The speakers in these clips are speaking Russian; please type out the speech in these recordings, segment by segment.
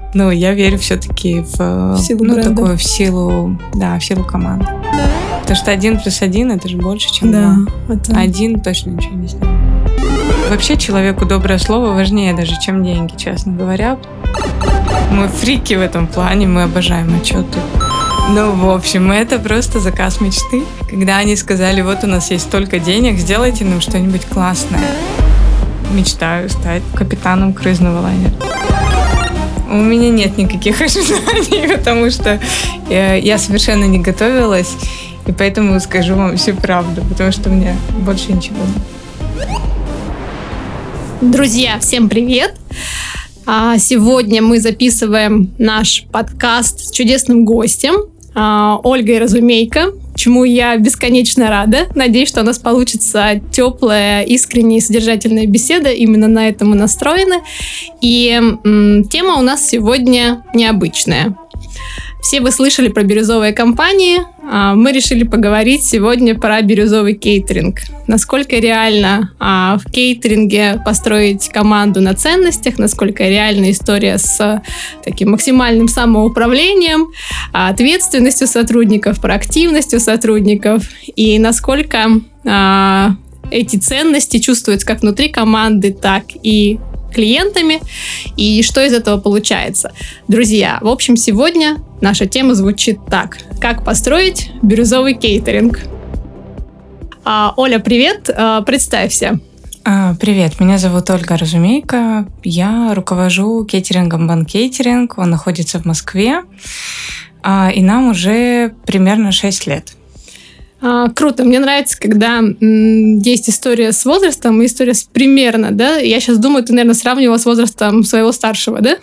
Ну, я верю все-таки в силу команды. Потому что 1+1 это же больше, чем 2. Один точно ничего не знаю. Вообще человеку доброе слово важнее даже, чем деньги, честно говоря. Мы фрики в этом плане, мы обожаем отчеты. Ну, в общем, это просто заказ мечты. Когда они сказали, вот у нас есть столько денег, сделайте нам что-нибудь классное. Мечтаю стать капитаном круизного лайнера. У меня нет никаких ожиданий, потому что я совершенно не готовилась, и поэтому скажу вам всю правду, потому что у меня больше ничего нет. Друзья, всем привет! Сегодня мы записываем наш подкаст с чудесным гостем Ольгой Разумейко, чему я бесконечно рада. Надеюсь, что у нас получится теплая, искренняя и содержательная беседа. Именно на это мы настроены. И тема у нас сегодня необычная. Все вы слышали про бирюзовые компании. Мы решили поговорить сегодня про бирюзовый кейтеринг. Насколько реально в кейтеринге построить команду на ценностях, насколько реальна история с таким максимальным самоуправлением, ответственностью сотрудников, проактивностью сотрудников, и насколько эти ценности чувствуются как внутри команды, так и клиентами, и что из этого получается. Друзья, в общем, сегодня наша тема звучит так. Как построить бирюзовый кейтеринг? Оля, привет, представься. Привет, меня зовут Ольга Разумейко, я руковожу кейтерингом Банкейтеринг, он находится в Москве, и нам уже примерно 6 лет. Круто. Мне нравится, когда есть история с возрастом и история с примерно, да? Я сейчас думаю, ты, наверное, сравнивала с возрастом своего старшего, да?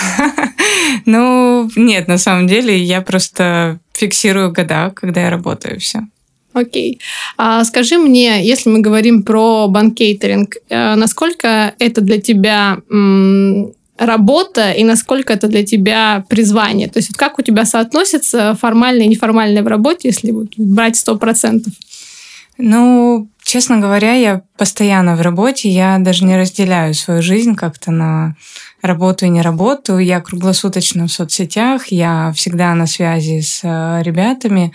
Ну, нет, на самом деле я просто фиксирую года, когда я работаю, все. Окей. Скажи мне, если мы говорим про банкейтеринг, насколько это для тебя работа и насколько это для тебя призвание? То есть вот как у тебя соотносится формальное и неформальное в работе, если вот брать 100%? Ну, честно говоря, я постоянно в работе, я даже не разделяю свою жизнь как-то на работу и не работу. Я круглосуточно в соцсетях, я всегда на связи с ребятами,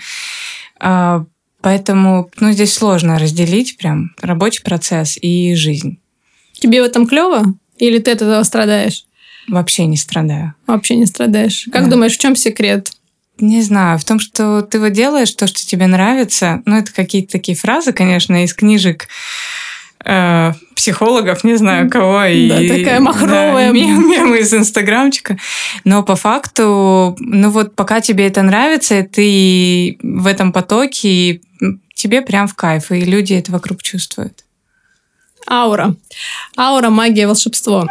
поэтому здесь сложно разделить прям рабочий процесс и жизнь. Тебе в этом клево? Или ты от этого страдаешь? Вообще не страдаю. Вообще не страдаешь. Как думаешь, в чем секрет? Не знаю. В том, что ты вот делаешь то, что тебе нравится. Ну, это какие-то такие фразы, конечно, из книжек психологов, не знаю кого. Да, такая махровая. Мемы из инстаграмчика. Но по факту, вот пока тебе это нравится, ты в этом потоке, и тебе прям в кайф, и люди это вокруг чувствуют. Аура, магия, волшебство.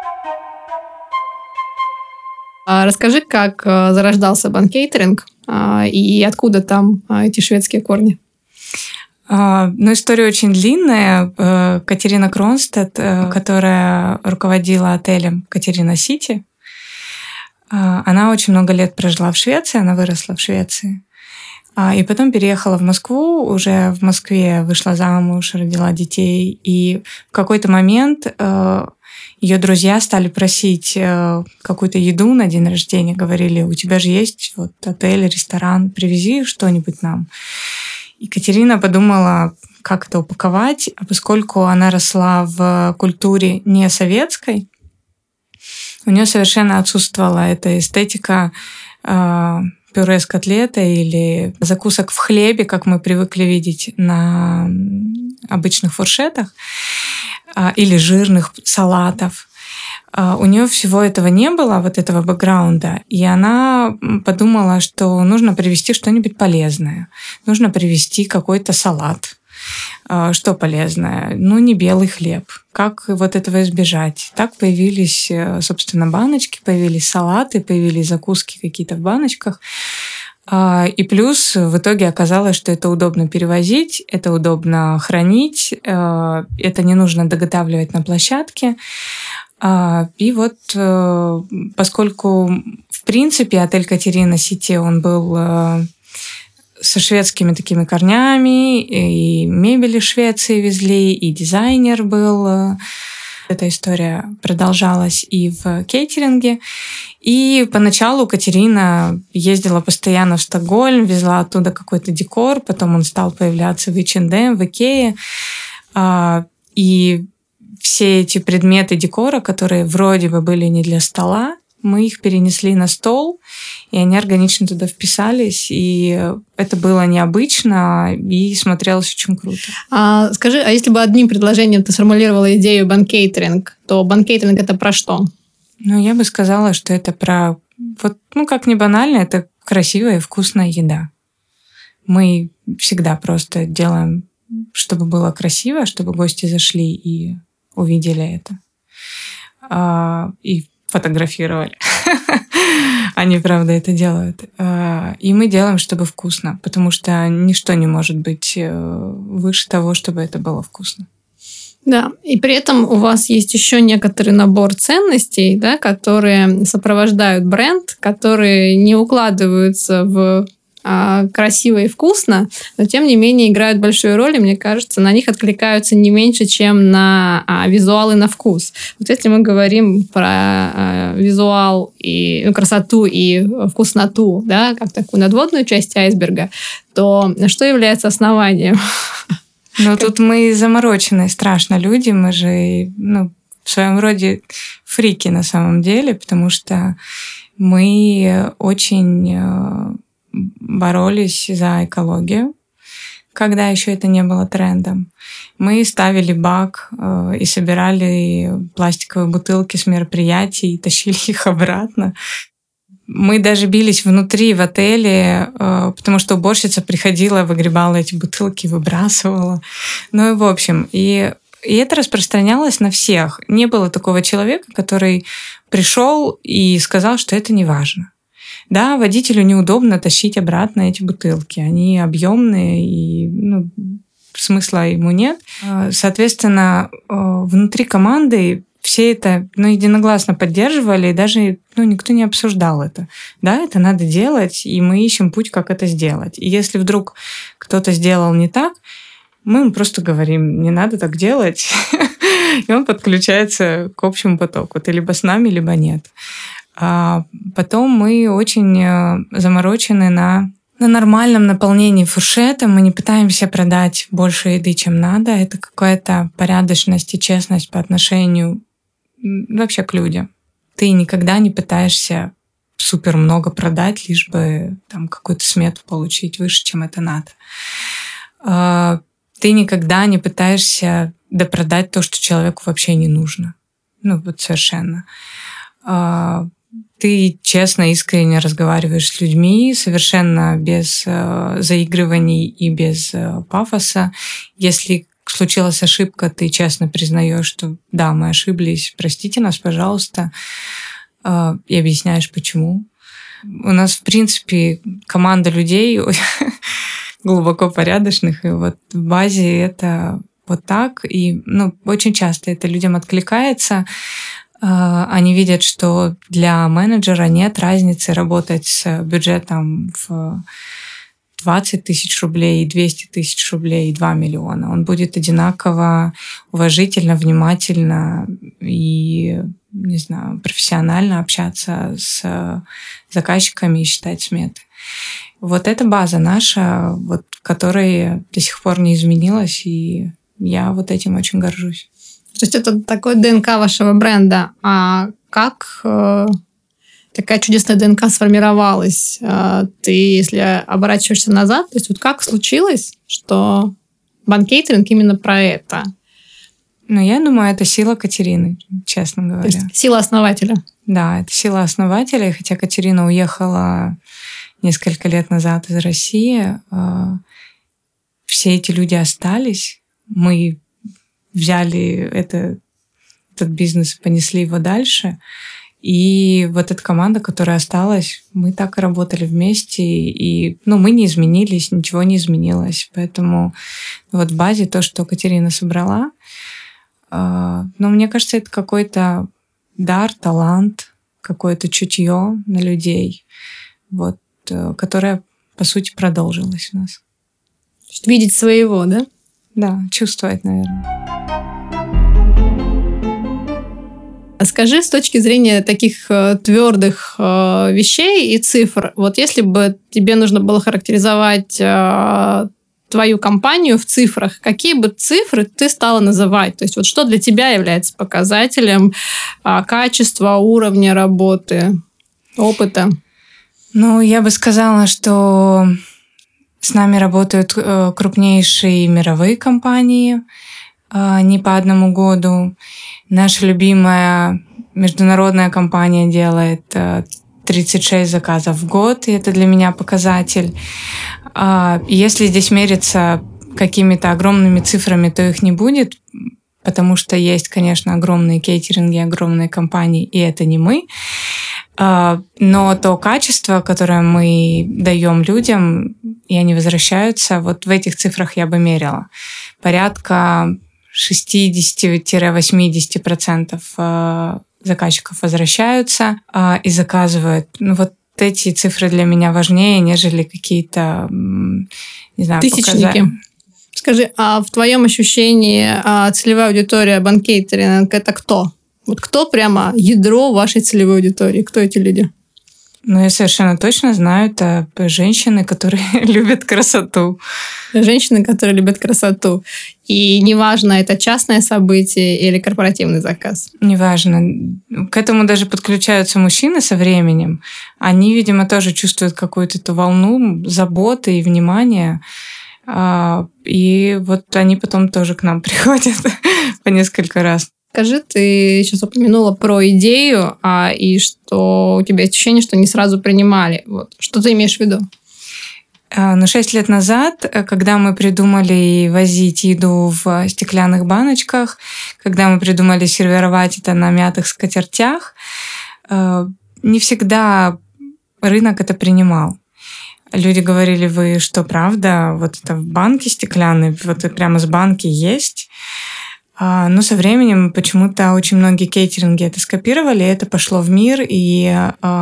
Расскажи, как зарождался банкейтеринг и откуда там эти шведские корни? История очень длинная. Катерина Кронстедт, которая руководила отелем Катерина Сити, она очень много лет прожила в Швеции, она выросла в Швеции. И потом переехала в Москву, уже в Москве вышла замуж, родила детей. И в какой-то момент ее друзья стали просить какую-то еду на день рождения. Говорили, у тебя же есть вот отель, ресторан, привези что-нибудь нам. И Катерина подумала, как это упаковать. А поскольку она росла в культуре не советской, у нее совершенно отсутствовала эта эстетика пюре с котлетой или закусок в хлебе, как мы привыкли видеть на обычных фуршетах, или жирных салатов. У нее всего этого не было, вот этого бэкграунда, и она подумала, что нужно привезти что-нибудь полезное. Нужно привезти какой-то салат. Что полезное? Не белый хлеб. Как вот этого избежать? Так появились, собственно, баночки, появились салаты, появились закуски какие-то в баночках. И плюс в итоге оказалось, что это удобно перевозить, это удобно хранить, это не нужно доготавливать на площадке. И вот поскольку, в принципе, отель Катерина Сити, он был со шведскими такими корнями, и мебель из Швеции везли, и дизайнер был Эта история продолжалась и в кейтеринге. И поначалу Катерина ездила постоянно в Стокгольм, везла оттуда какой-то декор, потом он стал появляться в H&M, в Икее. И все эти предметы декора, которые вроде бы были не для стола, мы их перенесли на стол, и они органично туда вписались, и это было необычно и смотрелось очень круто. Скажи, а если бы одним предложением ты сформулировала идею банкейтеринг, то банкейтеринг это про что? Я бы сказала, что это про... как ни банально, это красивая и вкусная еда. Мы всегда просто делаем, чтобы было красиво, чтобы гости зашли и увидели это. И фотографировали. Они, правда, это делают. И мы делаем, чтобы вкусно, потому что ничто не может быть выше того, чтобы это было вкусно. Да, и при этом у вас есть еще некоторый набор ценностей, да, которые сопровождают бренд, которые не укладываются в красиво и вкусно, но тем не менее играют большую роль, и мне кажется, на них откликаются не меньше, чем на визуал и на вкус. Вот если мы говорим про визуал и красоту и вкусноту, да, как такую надводную часть айсберга, то что является основанием? Тут мы замороченные страшно люди, мы же в своем роде фрики на самом деле, потому что мы очень боролись за экологию, когда еще это не было трендом. Мы ставили бак и собирали пластиковые бутылки с мероприятий и тащили их обратно. Мы даже бились внутри в отеле, потому что уборщица приходила, выгребала эти бутылки, выбрасывала. В общем, и это распространялось на всех. Не было такого человека, который пришел и сказал, что это не важно. Да, водителю неудобно тащить обратно эти бутылки. Они объемные, и смысла ему нет. Соответственно, внутри команды все это единогласно поддерживали, и даже никто не обсуждал это. Да, это надо делать, и мы ищем путь, как это сделать. И если вдруг кто-то сделал не так, мы ему просто говорим, не надо так делать, и он подключается к общему потоку. Ты либо с нами, либо нет. А потом мы очень заморочены на нормальном наполнении фуршета. Мы не пытаемся продать больше еды, чем надо. Это какая-то порядочность и честность по отношению вообще к людям. Ты никогда не пытаешься супер много продать, лишь бы какую-то смету получить выше, чем это надо. Ты никогда не пытаешься допродать то, что человеку вообще не нужно. Совершенно. Ты честно, искренне разговариваешь с людьми, совершенно без заигрываний и без пафоса. Если случилась ошибка, ты честно признаешь, что да, мы ошиблись, простите нас, пожалуйста, и объясняешь, почему. У нас, в принципе, команда людей глубоко порядочных, и в базе это вот так. И очень часто это людям откликается. Они видят, что для менеджера нет разницы работать с бюджетом в 20 тысяч рублей, 200 тысяч рублей и 2 миллиона. Он будет одинаково уважительно, внимательно и, профессионально общаться с заказчиками и считать сметы. Вот эта база наша, которая до сих пор не изменилась, и я этим очень горжусь. То есть это такой ДНК вашего бренда. А как такая чудесная ДНК сформировалась? Ты, если оборачиваешься назад, то есть как случилось, что банкейтеринг именно про это? Я думаю, это сила Катерины, честно говоря. То есть сила основателя. Да, это сила основателя. Хотя Катерина уехала несколько лет назад из России, все эти люди остались. Мы взяли этот бизнес и понесли его дальше. И эта команда, которая осталась, мы так и работали вместе. И мы не изменились, ничего не изменилось. Поэтому в базе то, что Катерина собрала, мне кажется, это какой-то дар, талант, какое-то чутье на людей, которое, по сути, продолжилось у нас. Видеть своего, да? Да, чувствовать, наверное. Скажи, с точки зрения таких твердых вещей и цифр, вот если бы тебе нужно было характеризовать твою компанию в цифрах, какие бы цифры ты стала называть? То есть вот что для тебя является показателем качества, уровня работы, опыта? Ну, я бы сказала, что с нами работают крупнейшие мировые компании, не по одному году. Наша любимая международная компания делает 36 заказов в год, и это для меня показатель. Если здесь мериться какими-то огромными цифрами, то их не будет, потому что есть, конечно, огромные кейтеринги, огромные компании, и это не мы. Но то качество, которое мы даем людям, и они возвращаются, вот в этих цифрах я бы мерила. Порядка 60-80% заказчиков возвращаются и заказывают. Ну, вот эти цифры для меня важнее, нежели какие-то, не знаю, тысячники. показатели. Скажи, а в твоем ощущении целевая аудитория банкейтеринг — это кто? Вот кто прямо ядро вашей целевой аудитории? Кто эти люди? Ну, я совершенно точно знаю, это женщины, которые любят красоту. Женщины, которые любят красоту. И неважно, это частное событие или корпоративный заказ. Неважно. К этому даже подключаются мужчины со временем. Они, видимо, тоже чувствуют какую-то эту волну заботы и внимания. И вот они потом тоже к нам приходят по несколько раз. Скажи, ты сейчас упомянула про идею, и что у тебя есть ощущение, что не сразу принимали. Вот. Что ты имеешь в виду? 6 лет назад, когда мы придумали возить еду в стеклянных баночках, когда мы придумали сервировать это на мятых скатертях, не всегда рынок это принимал. Люди говорили: вы что, правда? Вот это в банке стеклянной, вот это прямо с банки есть? Но со временем почему-то очень многие кейтеринги это скопировали, это пошло в мир, и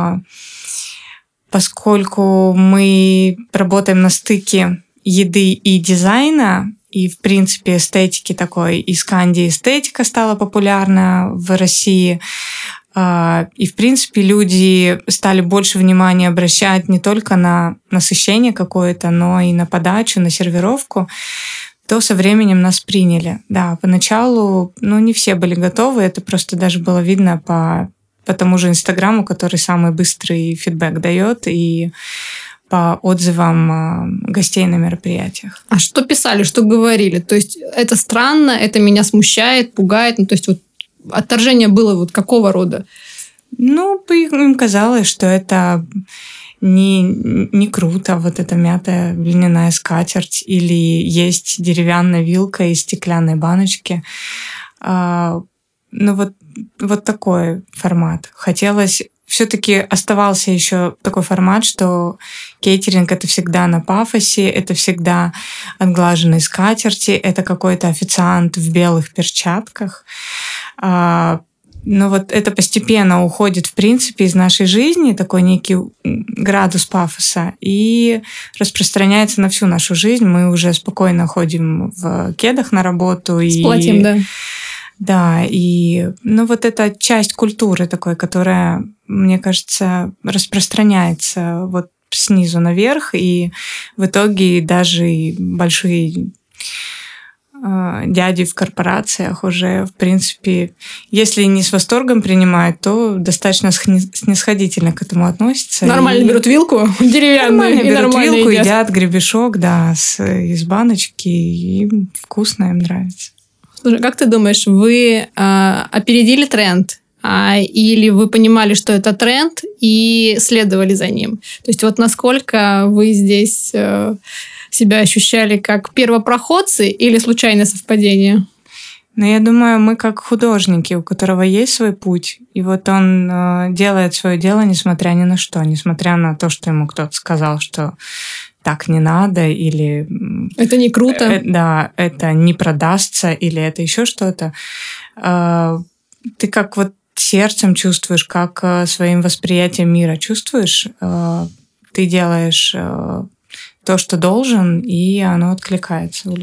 поскольку мы работаем на стыке еды и дизайна, и, в принципе, эстетики такой, и сканди эстетика стала популярна в России, и, в принципе, люди стали больше внимания обращать не только на насыщение какое-то, но и на подачу, на сервировку, то со временем нас приняли. Да, поначалу, не все были готовы, это просто даже было видно по тому же Инстаграму, который самый быстрый фидбэк дает, и по отзывам гостей на мероприятиях. А что писали, что говорили? То есть это странно, это меня смущает, пугает? То есть вот отторжение было вот какого рода? Им казалось, что это не круто, вот эта мятая льняная скатерть, или есть деревянная вилка из стеклянной баночки. Вот такой формат. Хотелось, все-таки оставался еще такой формат, что кейтеринг — это всегда на пафосе, это всегда отглаженные скатерти, это какой-то официант в белых перчатках. Но вот это постепенно уходит, в принципе, из нашей жизни, такой некий градус пафоса, и распространяется на всю нашу жизнь. Мы уже спокойно ходим в кедах на работу. С платьем, да. Да, и вот эта часть культуры такой, которая, мне кажется, распространяется вот снизу наверх, и в итоге даже и большие дяди в корпорациях уже, в принципе, если не с восторгом принимают, то достаточно снисходительно к этому относятся. Нормально берут вилку деревянную, и берут вилку, едят гребешок, да, из баночки, и вкусно им нравится. Слушай, как ты думаешь, вы опередили тренд? Или вы понимали, что это тренд, и следовали за ним? То есть вот насколько вы здесь себя ощущали как первопроходцы или случайное совпадение? Я думаю, мы как художники, у которого есть свой путь, и вот он делает свое дело, несмотря ни на что, несмотря на то, что ему кто-то сказал, что так не надо, или... Это не круто. Да, это не продастся, или это еще что-то. Ты как вот сердцем чувствуешь, как своим восприятием мира чувствуешь, ты делаешь то, что должен, и оно откликается у людей.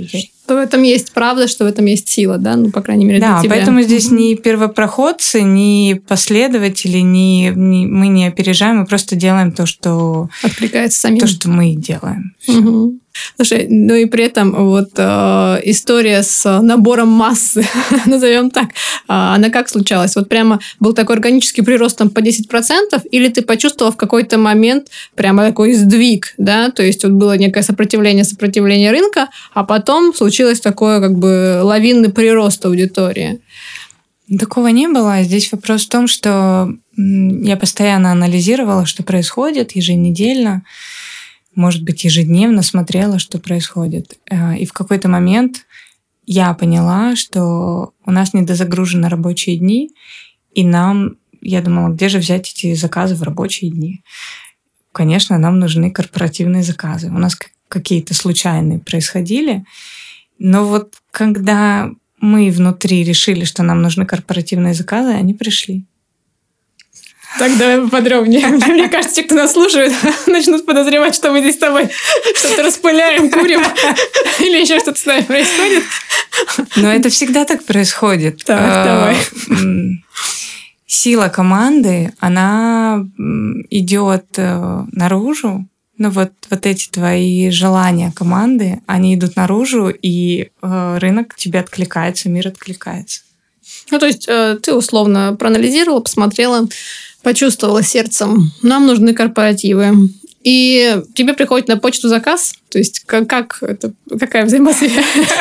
То в этом есть правда, что в этом есть сила, да? Ну, по крайней мере, для тебя. Да, поэтому здесь ни первопроходцы, ни последователи, мы не опережаем, мы просто делаем то, что... Откликается самим. То, что мы делаем. Угу. Слушай, ну и при этом вот история с набором массы, назовем так, она как случалась? Вот прямо был такой органический прирост там по 10%, или ты почувствовал в какой-то момент прямо такой сдвиг, да? То есть вот было некое сопротивление рынка, а потом случилось такое как бы лавинный прирост аудитории. Такого не было. Здесь вопрос в том, что я постоянно анализировала, что происходит еженедельно, может быть, ежедневно смотрела, что происходит. И в какой-то момент я поняла, что у нас недозагружены рабочие дни, и я думала, где же взять эти заказы в рабочие дни? Конечно, нам нужны корпоративные заказы. У нас какие-то случайные происходили, но вот когда мы внутри решили, что нам нужны корпоративные заказы, они пришли. Так, давай поподробнее. Мне кажется, те, кто нас слушает, начнут подозревать, что мы здесь с тобой что-то распыляем, курим, или еще что-то с нами происходит. Но это всегда так происходит. Так, давай. Сила команды, она идет наружу. Ну вот эти твои желания команды, они идут наружу, и рынок тебе откликается, мир откликается. Ну, то есть ты условно проанализировала, посмотрела, почувствовала сердцем, нам нужны корпоративы. И тебе приходит на почту заказ? То есть какая взаимосвязь?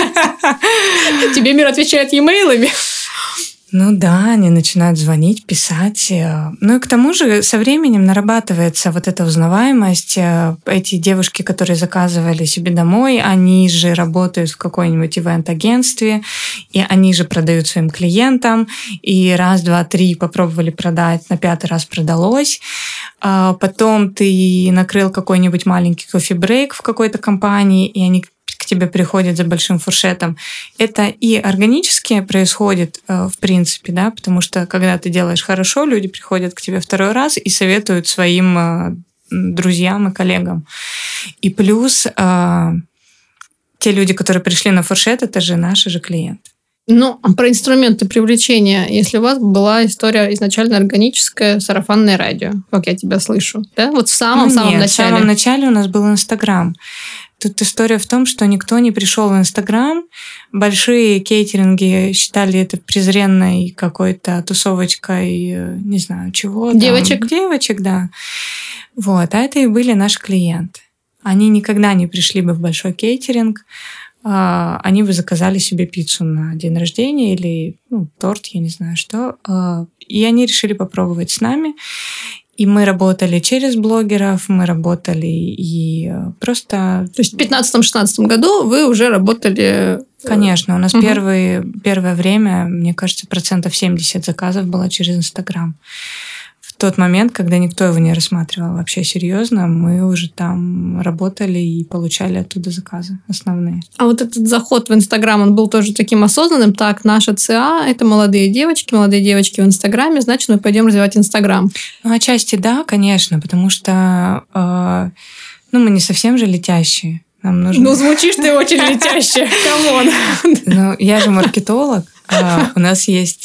Тебе мир отвечает e-mail'ами? Ну да, они начинают звонить, писать. Ну и к тому же со временем нарабатывается вот эта узнаваемость. Эти девушки, которые заказывали себе домой, они же работают в какой-нибудь ивент-агентстве, и они же продают своим клиентам. И раз, два, три попробовали продать, на 5-й раз продалось. Потом ты накрыл какой-нибудь маленький кофе-брейк в какой-то компании, и они к тебе приходят за большим фуршетом. Это и органически происходит, в принципе, да, потому что когда ты делаешь хорошо, люди приходят к тебе 2-й раз и советуют своим друзьям и коллегам. И плюс те люди, которые пришли на фуршет, это же наши же клиенты. Ну, про инструменты привлечения. Если у вас была история изначально органическая, сарафанное радио, как я тебя слышу, да? Вот в самом начале. В самом начале у нас был Инстаграм. Тут история в том, что никто не пришел в Инстаграм. Большие кейтеринги считали это презренной какой-то тусовочкой, не знаю, чего. Девочек. Девочек, да. Вот. А это и были наши клиенты. Они никогда не пришли бы в большой кейтеринг. Они бы заказали себе пиццу на день рождения или торт, я не знаю что. И они решили попробовать с нами. И мы работали через блогеров, мы работали и просто... То есть в 15-16 году вы уже работали... Конечно, у нас первое время, мне кажется, 70% заказов было через Инстаграм. В тот момент, когда никто его не рассматривал вообще серьезно, мы уже там работали и получали оттуда заказы основные. А вот этот заход в Инстаграм, он был тоже таким осознанным? Так, наша ЦА — это молодые девочки в Инстаграме, значит, мы пойдем развивать Инстаграм. Ну, отчасти да, конечно, потому что мы не совсем же летящие. Нам нужно... Ну, звучишь ты очень летяще, камон. Ну, я же маркетолог. У нас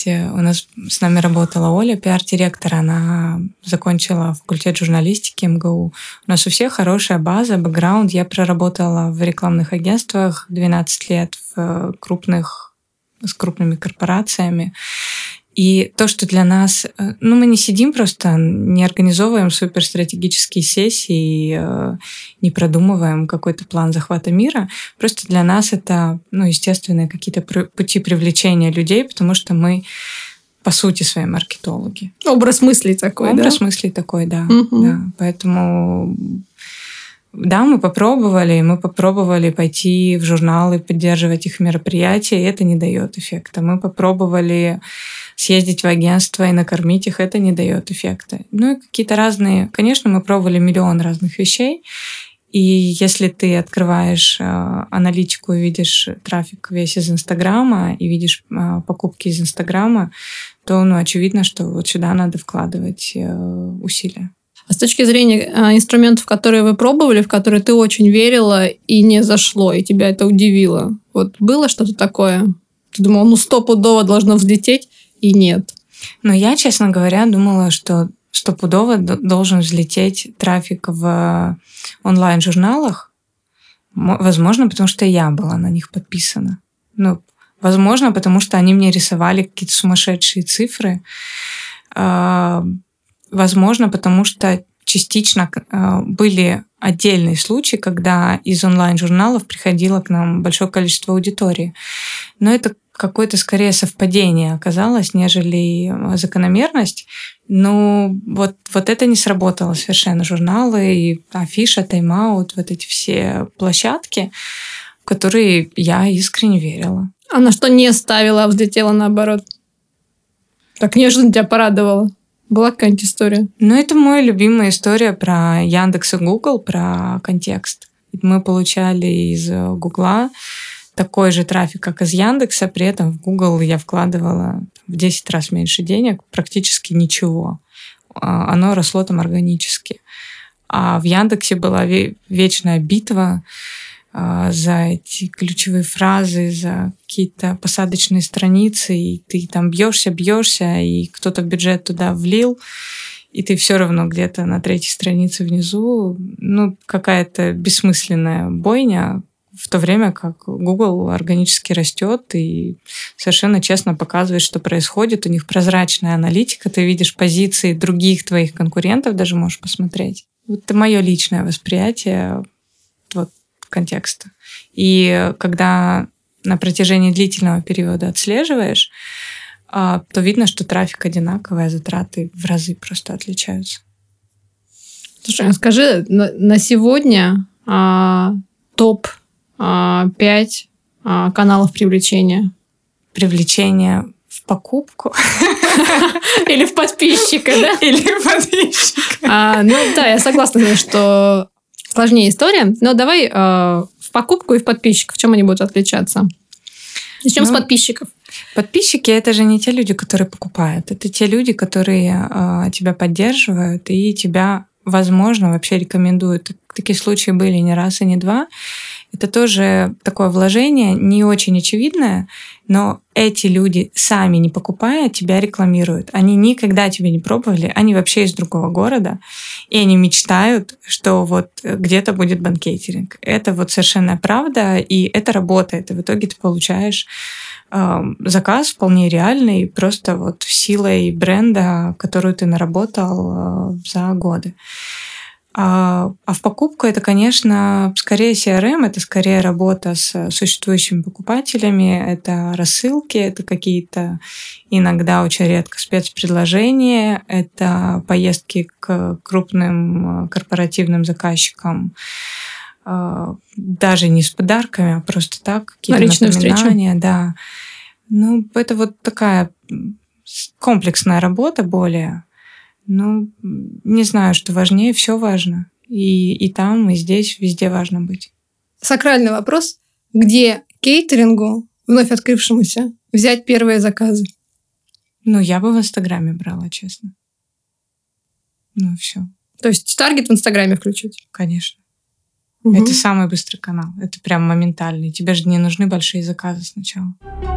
с нами работала Оля, пиар-директор, она закончила факультет журналистики МГУ. У нас у всех хорошая база, бэкграунд. Я проработала в рекламных агентствах 12 лет с крупными корпорациями. И то, что для нас... мы не сидим просто, не организовываем суперстратегические сессии, не продумываем какой-то план захвата мира. Просто для нас это, естественные какие-то пути привлечения людей, потому что мы, по сути, свои маркетологи. Образ мыслей такой, Образ мыслей такой, да. Угу. Да. Поэтому... Да, мы попробовали пойти в журналы, поддерживать их мероприятия, и это не дает эффекта. Мы попробовали съездить в агентство и накормить их, это не дает эффекта. И какие-то разные... Конечно, мы пробовали миллион разных вещей, и если ты открываешь аналитику и видишь трафик весь из Инстаграма, и видишь покупки из Инстаграма, то очевидно, что вот сюда надо вкладывать усилия. А с точки зрения инструментов, которые вы пробовали, в которые ты очень верила и не зашло, и тебя это удивило, вот было что-то такое? Ты думала, стопудово должно взлететь, и нет. Но я, честно говоря, думала, что стопудово должен взлететь трафик в онлайн-журналах. Возможно, потому что я была на них подписана. Возможно, потому что они мне рисовали какие-то сумасшедшие цифры. Возможно, потому что частично были отдельные случаи, когда из онлайн-журналов приходило к нам большое количество аудитории. Но это какое-то скорее совпадение оказалось, нежели закономерность. Вот это не сработало совершенно. Журналы, и Афиша, Тайм-аут, вот эти все площадки, в которые я искренне верила. А на что не ставила, а взлетела наоборот? Так неожиданно тебя порадовало. Была какая-нибудь история? Это моя любимая история про Яндекс и Google, про контекст. Мы получали из Гугла такой же трафик, как из Яндекса, при этом в Google я вкладывала в 10 раз меньше денег, практически ничего. Оно росло там органически. А в Яндексе была вечная битва за эти ключевые фразы, за какие-то посадочные страницы, и ты там бьешься, и кто-то бюджет туда влил, и ты все равно где-то на 3-й странице внизу, какая-то бессмысленная бойня, в то время как Google органически растет и совершенно честно показывает, что происходит. У них прозрачная аналитика, ты видишь позиции других твоих конкурентов, даже можешь посмотреть. Это мое личное восприятие контекста. И когда на протяжении длительного периода отслеживаешь, то видно, что трафик одинаковый, а затраты в разы просто отличаются. Слушай, скажи, на сегодня топ-5 каналов привлечения? Привлечение в покупку? Или в подписчика, да? Или в подписчика. Да, я согласна, что сложнее история, но давай в покупку и в подписчиков. В чем они будут отличаться? Начнем с подписчиков. Подписчики — это же не те люди, которые покупают. Это те люди, которые тебя поддерживают и тебя, возможно, вообще рекомендуют. Такие случаи были не раз и не два. Это тоже такое вложение, не очень очевидное, но эти люди, сами не покупая, тебя рекламируют. Они никогда тебя не пробовали, они вообще из другого города, и они мечтают, что вот где-то будет банкетинг. Это вот совершенно правда, и это работает. И в итоге ты получаешь заказ вполне реальный, просто вот силой бренда, которую ты наработал за годы. А в покупку это, конечно, скорее CRM, это скорее работа с существующими покупателями, это рассылки, это какие-то иногда, очень редко, спецпредложения, это поездки к крупным корпоративным заказчикам, даже не с подарками, а просто так, какие-то напоминания. Да. Это вот такая комплексная работа более. Не знаю, что важнее, все важно. И там, и здесь, везде важно быть. Сакральный вопрос. Где кейтерингу, вновь открывшемуся, взять первые заказы? Я бы в Инстаграме брала, честно. Все. То есть таргет в Инстаграме включить? Конечно. Угу. Это самый быстрый канал. Это прям моментальный. Тебе же не нужны большие заказы сначала.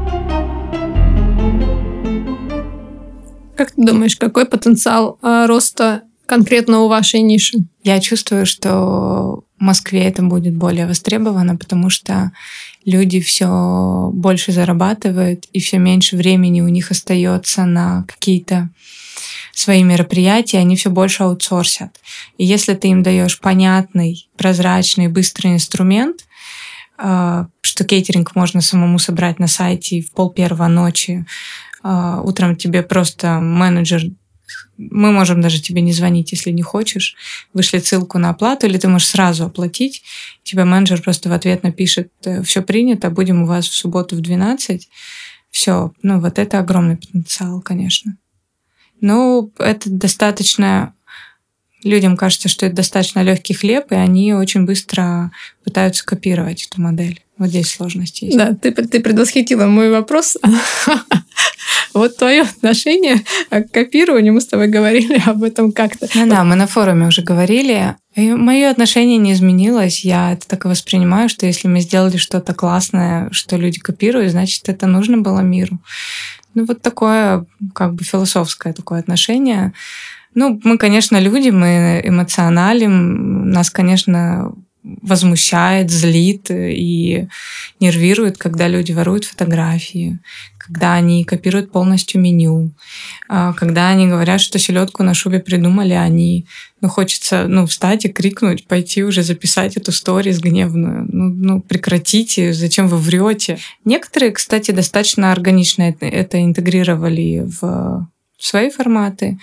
Как ты думаешь, какой потенциал роста конкретно у вашей ниши? Я чувствую, что в Москве это будет более востребовано, потому что люди все больше зарабатывают, и все меньше времени у них остается на какие-то свои мероприятия, они все больше аутсорсят. И если ты им даешь понятный, прозрачный, быстрый инструмент, что кейтеринг можно самому собрать на сайте в 1:30 ночи, утром тебе просто менеджер, мы можем даже тебе не звонить, если не хочешь, вышлет ссылку на оплату, или ты можешь сразу оплатить, тебе менеджер просто в ответ напишет: все принято, будем у вас в субботу в 12. Все, вот это огромный потенциал, конечно. Это достаточно... Людям кажется, что это достаточно легкий хлеб, и они очень быстро пытаются копировать эту модель. Вот здесь сложности есть. Да, ты предвосхитила мой вопрос. Вот твое отношение к копированию, мы с тобой говорили об этом как-то. Ну да, мы на форуме уже говорили. И мое отношение не изменилось. Я это так и воспринимаю, что если мы сделали что-то классное, что люди копируют, значит, это нужно было миру. Ну, вот такое, как бы философское такое отношение. Ну, мы, конечно, люди, мы эмоционалим. Нас, конечно, возмущает, злит и нервирует, когда люди воруют фотографии, когда они копируют полностью меню, когда они говорят, что селедку на шубе придумали они. Ну, хочется, встать и крикнуть, пойти уже записать эту сторис гневную. Ну, прекратите, зачем вы врете? Некоторые, кстати, достаточно органично это интегрировали в свои форматы.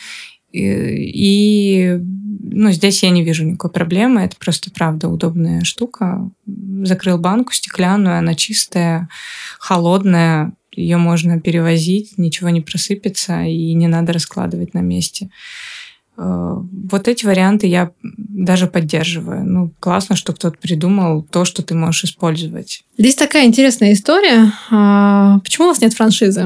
И здесь я не вижу никакой проблемы. Это просто, правда, удобная штука. Закрыл банку стеклянную, она чистая, холодная. Ее можно перевозить, ничего не просыпется, и не надо раскладывать на месте. Вот эти варианты я даже поддерживаю. Классно, что кто-то придумал то, что ты можешь использовать. Здесь такая интересная история. Почему у вас нет франшизы?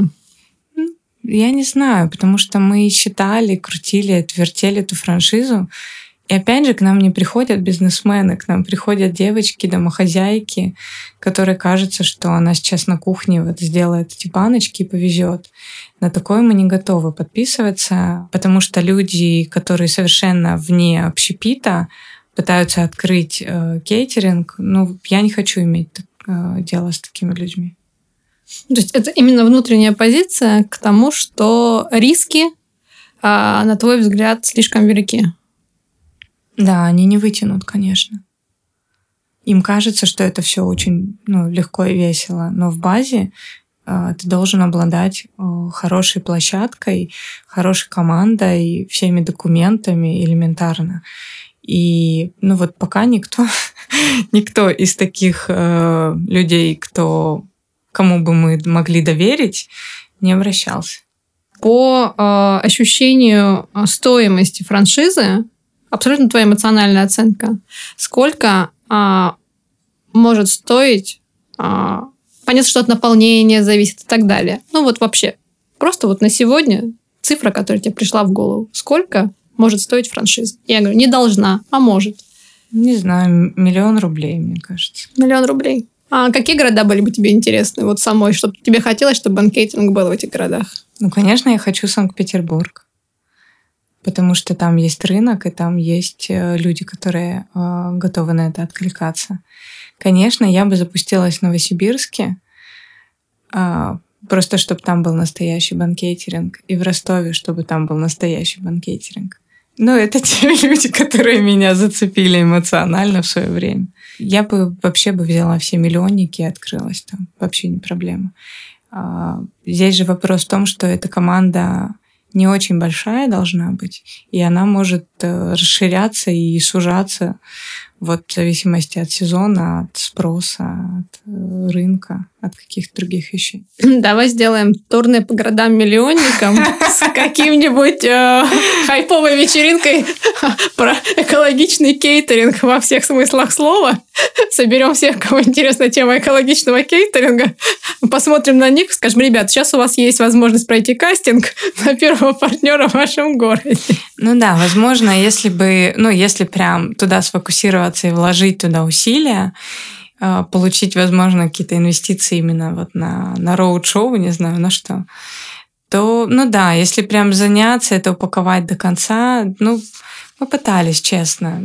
Я не знаю, потому что мы считали, крутили, вертели эту франшизу. И опять же, к нам не приходят бизнесмены, к нам приходят девочки, домохозяйки, которые кажется, что она сейчас на кухне вот сделает эти баночки и повезет. На такое мы не готовы подписываться, потому что люди, которые совершенно вне общепита, пытаются открыть кейтеринг. Я не хочу иметь дело с такими людьми. То есть это именно внутренняя позиция к тому, что риски, на твой взгляд, слишком велики. Да, они не вытянут, конечно. Им кажется, что это все очень легко и весело, но в базе ты должен обладать хорошей площадкой, хорошей командой, всеми документами элементарно. И пока никто из таких людей, кому бы мы могли доверить, не обращался. По ощущению стоимости франшизы, абсолютно твоя эмоциональная оценка, сколько может стоить, понятно, что от наполнения зависит и так далее. Вообще, просто на сегодня цифра, которая тебе пришла в голову, сколько может стоить франшиза? Я говорю, не должна, а может. Не знаю, 1 000 000 рублей, мне кажется. 1 000 000 рублей. А какие города были бы тебе интересны? Самой, чтобы тебе хотелось, чтобы банкетинг был в этих городах? Конечно, я хочу Санкт-Петербург. Потому что там есть рынок, и там есть люди, которые готовы на это откликаться. Конечно, я бы запустилась в Новосибирске, просто чтобы там был настоящий банкетинг, и в Ростове, чтобы там был настоящий банкетинг. Это те люди, которые меня зацепили эмоционально в свое время. Я бы вообще взяла все миллионники и открылась там. Вообще не проблема. Здесь же вопрос в том, что эта команда не очень большая должна быть, и она может расширяться и сужаться в зависимости от сезона, от спроса, от рынка, от каких-то других вещей. Давай сделаем турне по городам-миллионникам с каким-нибудь хайповой вечеринкой про экологичный кейтеринг во всех смыслах слова. Соберем всех, кому интересна тема экологичного кейтеринга, посмотрим на них, скажем, ребят, сейчас у вас есть возможность пройти кастинг на первого партнера в вашем городе. Возможно, если прям туда сфокусироваться и вложить туда усилия, получить, возможно, какие-то инвестиции именно на роуд-шоу, не знаю, на что, то, если прям заняться, это упаковать до конца, мы пытались, честно,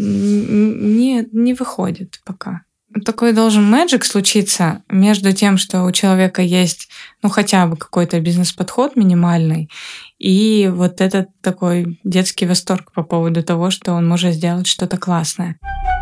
не выходит пока. Такой должен мэджик случиться между тем, что у человека есть, хотя бы какой-то бизнес-подход минимальный, и этот такой детский восторг по поводу того, что он может сделать что-то классное.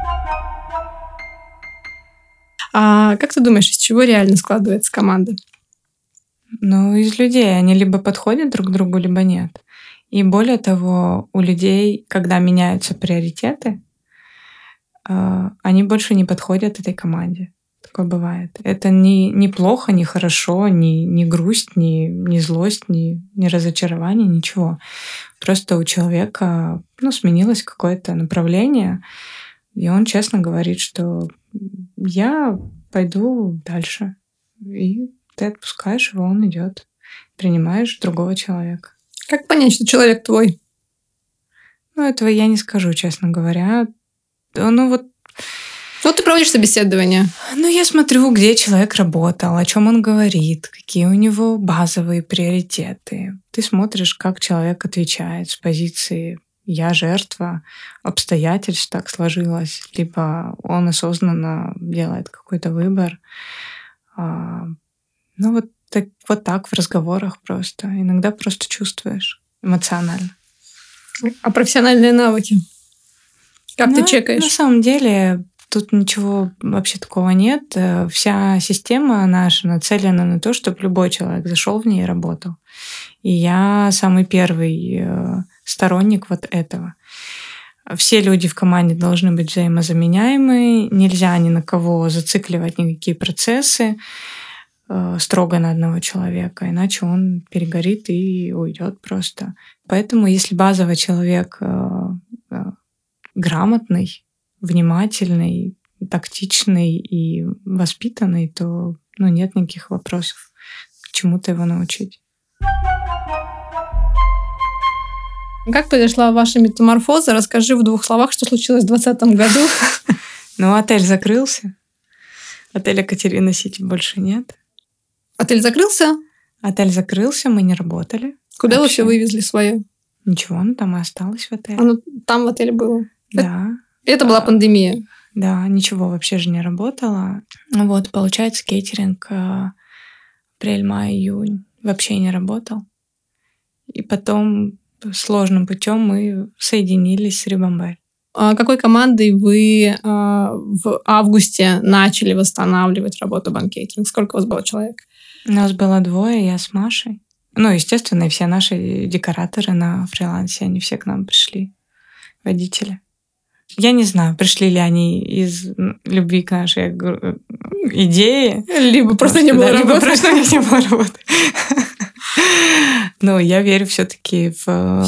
А как ты думаешь, из чего реально складывается команда? Из людей. Они либо подходят друг к другу, либо нет. И более того, у людей, когда меняются приоритеты, они больше не подходят этой команде. Такое бывает. Это не плохо, не хорошо, не грусть, не злость, не разочарование, ничего. Просто у человека сменилось какое-то направление, и он честно говорит, что я пойду дальше. И ты отпускаешь его, он идет. принимаешь другого человека. Как понять, что человек твой? Этого я не скажу, честно говоря. Ты проводишь собеседование. Я смотрю, где человек работал, о чем он говорит, какие у него базовые приоритеты. Ты смотришь, как человек отвечает с позиции «я жертва», обстоятельств так сложилось, либо он осознанно делает какой-то выбор. Вот так в разговорах просто. Иногда просто чувствуешь эмоционально. А профессиональные навыки? Как ты чекаешь? На самом деле тут ничего вообще такого нет. Вся система наша нацелена на то, чтобы любой человек зашел в ней и работал. И я самый первый сторонник вот этого. Все люди в команде должны быть взаимозаменяемы. Нельзя ни на кого зацикливать никакие процессы строго на одного человека, иначе он перегорит и уйдет просто. Поэтому если базовый человек грамотный, внимательный, тактичный и воспитанный, то нет никаких вопросов чему-то его научить. Как произошла ваша метаморфоза? Расскажи в 2 словах, что случилось в 2020 году. Отель закрылся. Отеля Катерина Сити больше нет. Отель закрылся? Отель закрылся, мы не работали. Куда вы все вывезли свое? Ничего, там и осталось в отеле. Там в отеле было? Да. Это была пандемия? Да, ничего вообще же не работало. Получается, кейтеринг апрель, май, июнь вообще не работал. И потом сложным путем мы соединились с Рибамбель. Какой командой вы в августе начали восстанавливать работу банкетинг? Сколько у вас было человек? У нас было 2, я с Машей. Естественно, и все наши декораторы на фрилансе, они все к нам пришли, водители. Я не знаю, пришли ли они из любви к нашей идее. Либо просто не было работы. Либо просто у них не было работы. Но я верю все-таки в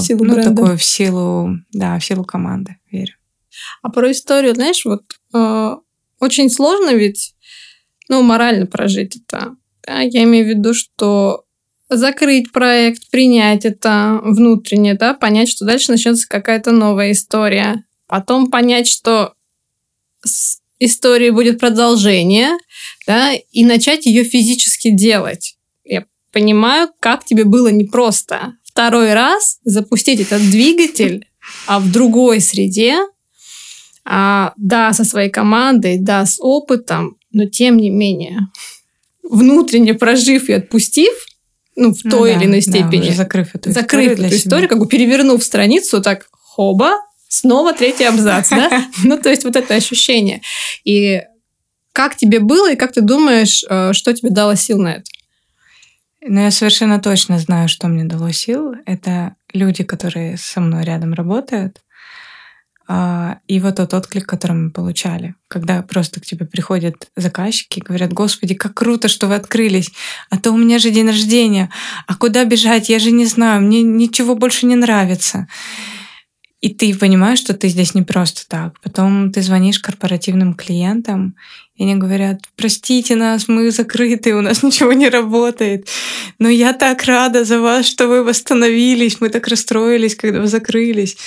силу команды. Верю. А про историю, знаешь, очень сложно ведь, морально прожить это. Да? Я имею в виду, что закрыть проект, принять это внутренне, да, понять, что дальше начнется какая-то новая история. Потом понять, что с историей будет продолжение, да, и начать ее физически делать. Я понимаю, как тебе было непросто 2 раз запустить этот двигатель, в другой среде, да, со своей командой, да, с опытом, но тем не менее, внутренне прожив и отпустив, в той или иной степени, закрыв эту историю, как бы перевернув страницу, так, хоба, снова 3 абзац, да? То есть вот это ощущение. И как тебе было, и как ты думаешь, что тебе дало сил на это? Я совершенно точно знаю, что мне дало сил. Это люди, которые со мной рядом работают. И тот отклик, который мы получали. Когда просто к тебе приходят заказчики и говорят: «Господи, как круто, что вы открылись! А то у меня же день рождения! А куда бежать? Я же не знаю, мне ничего больше не нравится». И ты понимаешь, что ты здесь не просто так. Потом ты звонишь корпоративным клиентам, и они говорят: «Простите нас, мы закрыты, у нас ничего не работает. Но я так рада за вас, что вы восстановились, мы так расстроились, когда вы закрылись».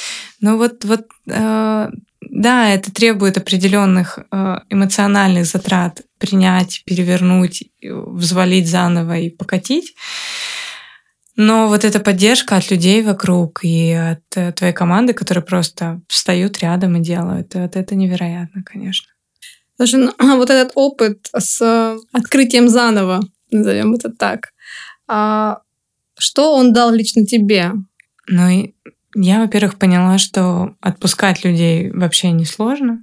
Да, это требует определенных эмоциональных затрат принять, перевернуть, взвалить заново и покатить. Но эта поддержка от людей вокруг и от твоей команды, которые просто встают рядом и делают, это невероятно, конечно. Даже этот опыт с открытием заново, назовем это так, что он дал лично тебе? Я, во-первых, поняла, что отпускать людей вообще несложно.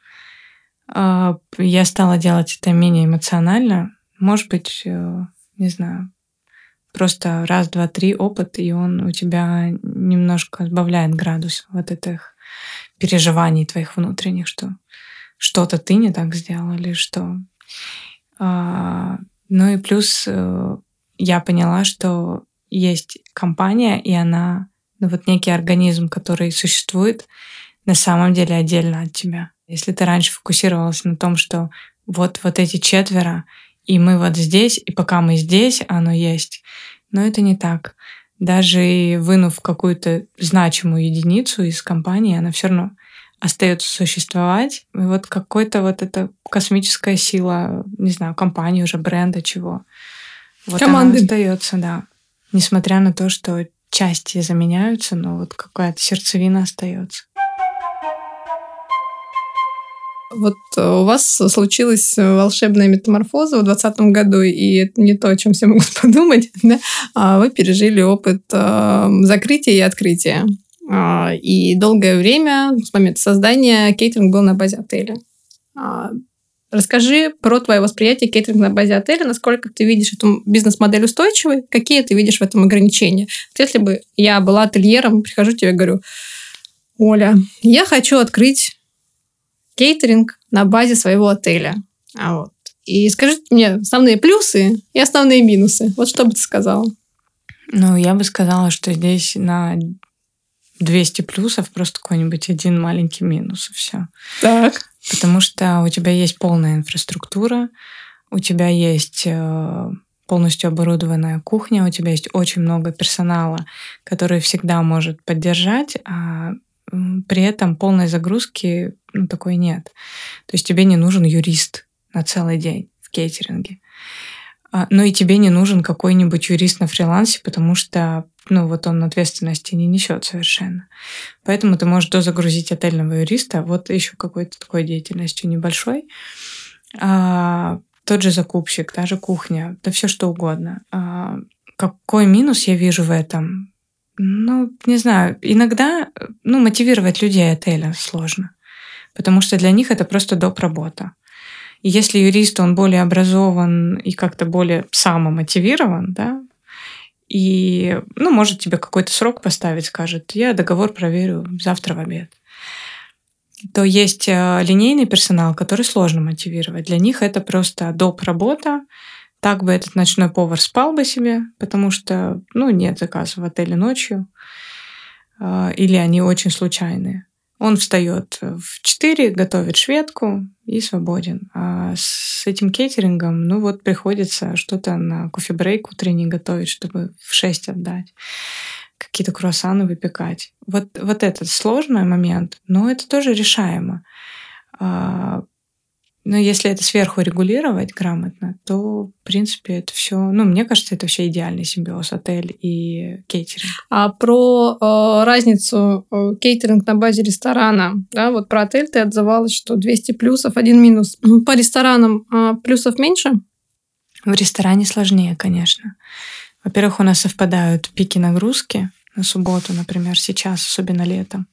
Я стала делать это менее эмоционально. Может быть, не знаю, просто 1, 2, 3 опыт, и он у тебя немножко сбавляет градус этих переживаний твоих внутренних, что что-то ты не так сделал или что. И плюс я поняла, что есть компания, и она, некий организм, который существует на самом деле отдельно от тебя. Если ты раньше фокусировалась на том, что вот эти 4, и мы здесь, и пока мы здесь, оно есть, Но это не так. Даже и вынув какую-то значимую единицу из компании, она все равно остается существовать. И вот какой-то вот эта космическая сила, не знаю, компании уже, бренда, чего. Вот Команды. она остается, да. Несмотря на то, что части заменяются, но вот какая-то сердцевина остается. Вот у вас случилась волшебная метаморфоза в 2020 году, и это не то, о чем все могут подумать. Да? Вы пережили опыт закрытия и открытия. И долгое время, с момента создания, кейтеринг был на базе отеля. Расскажи про твое восприятие кейтеринга на базе отеля, насколько ты видишь эту бизнес-модель устойчивой, какие ты видишь в этом ограничения. Если бы я была ательером, прихожу к тебе и говорю: Оля, я хочу открыть кейтеринг на базе своего отеля. Вот. И скажите мне основные плюсы и основные минусы. Вот что бы ты сказала? Ну, я бы сказала, что здесь на 200 плюсов просто какой-нибудь один маленький минус, и все. Так. Потому что у тебя есть полная инфраструктура, у тебя есть полностью оборудованная кухня, у тебя есть очень много персонала, который всегда может поддержать, а при этом полной загрузки такой нет. То есть тебе не нужен юрист на целый день в кейтеринге. Но и тебе не нужен какой-нибудь юрист на фрилансе, потому что вот он ответственности не несет совершенно. Поэтому ты можешь дозагрузить отельного юриста вот еще какой-то такой деятельностью небольшой. Тот же закупщик, та же кухня, да все что угодно. Какой минус я вижу в этом? Не знаю, иногда мотивировать людей отеля сложно, потому что для них это просто доп. Работа. И если юрист, он более образован и как-то более самомотивирован, да, и может тебе какой-то срок поставить, скажет: я договор проверю завтра в обед, то есть линейный персонал, который сложно мотивировать. Для них это просто доп. Работа. Так бы этот ночной повар спал бы себе, потому что, нет заказа в отеле ночью, или они очень случайные. Он встает в 4, готовит шведку и свободен. А с этим кейтерингом, приходится что-то на кофе-брейк утренний готовить, чтобы в 6 отдать. Какие-то круассаны выпекать. Вот этот сложный момент, но это тоже решаемо. Но если это сверху регулировать грамотно, то, в принципе, это все... мне кажется, это вообще идеальный симбиоз, отель и кейтеринг. А про разницу кейтеринг на базе ресторана, да, вот про отель ты отзывалась, что 200 плюсов, 1 минус. По ресторанам плюсов меньше? В ресторане сложнее, конечно. Во-первых, у нас совпадают пики нагрузки на субботу, например, сейчас, особенно летом.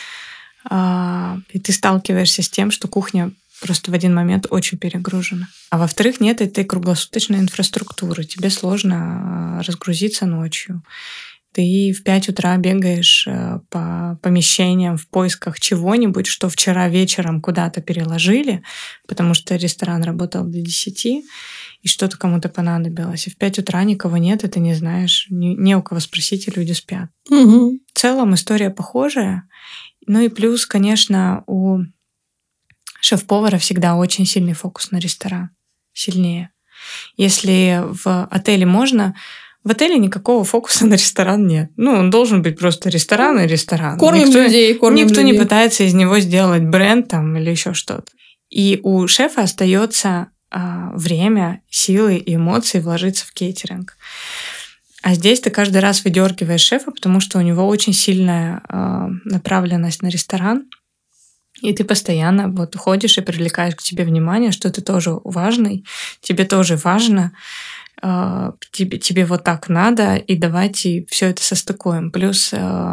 И ты сталкиваешься с тем, что кухня просто в один момент очень перегружена. А во-вторых, нет этой круглосуточной инфраструктуры. Тебе сложно разгрузиться ночью. Ты в 5 утра бегаешь по помещениям в поисках чего-нибудь, что вчера вечером куда-то переложили, потому что ресторан работал до 10, и что-то кому-то понадобилось. И в 5 утра никого нет, и ты не знаешь, не у кого спросить, и люди спят. Угу. В целом история похожая. И плюс, конечно, у шеф-повара всегда очень сильный фокус на ресторан. Сильнее. Если в отеле можно... В отеле никакого фокуса на ресторан нет. Он должен быть просто ресторан и ресторан. Кормим людей. Никто не пытается из него сделать бренд там или еще что-то. И у шефа остается время, силы и эмоции вложиться в кейтеринг. А здесь ты каждый раз выдергиваешь шефа, потому что у него очень сильная направленность на ресторан. И ты постоянно ходишь и привлекаешь к тебе внимание, что ты тоже важный, тебе тоже важно, тебе вот так надо, и давайте все это состыкуем. Плюс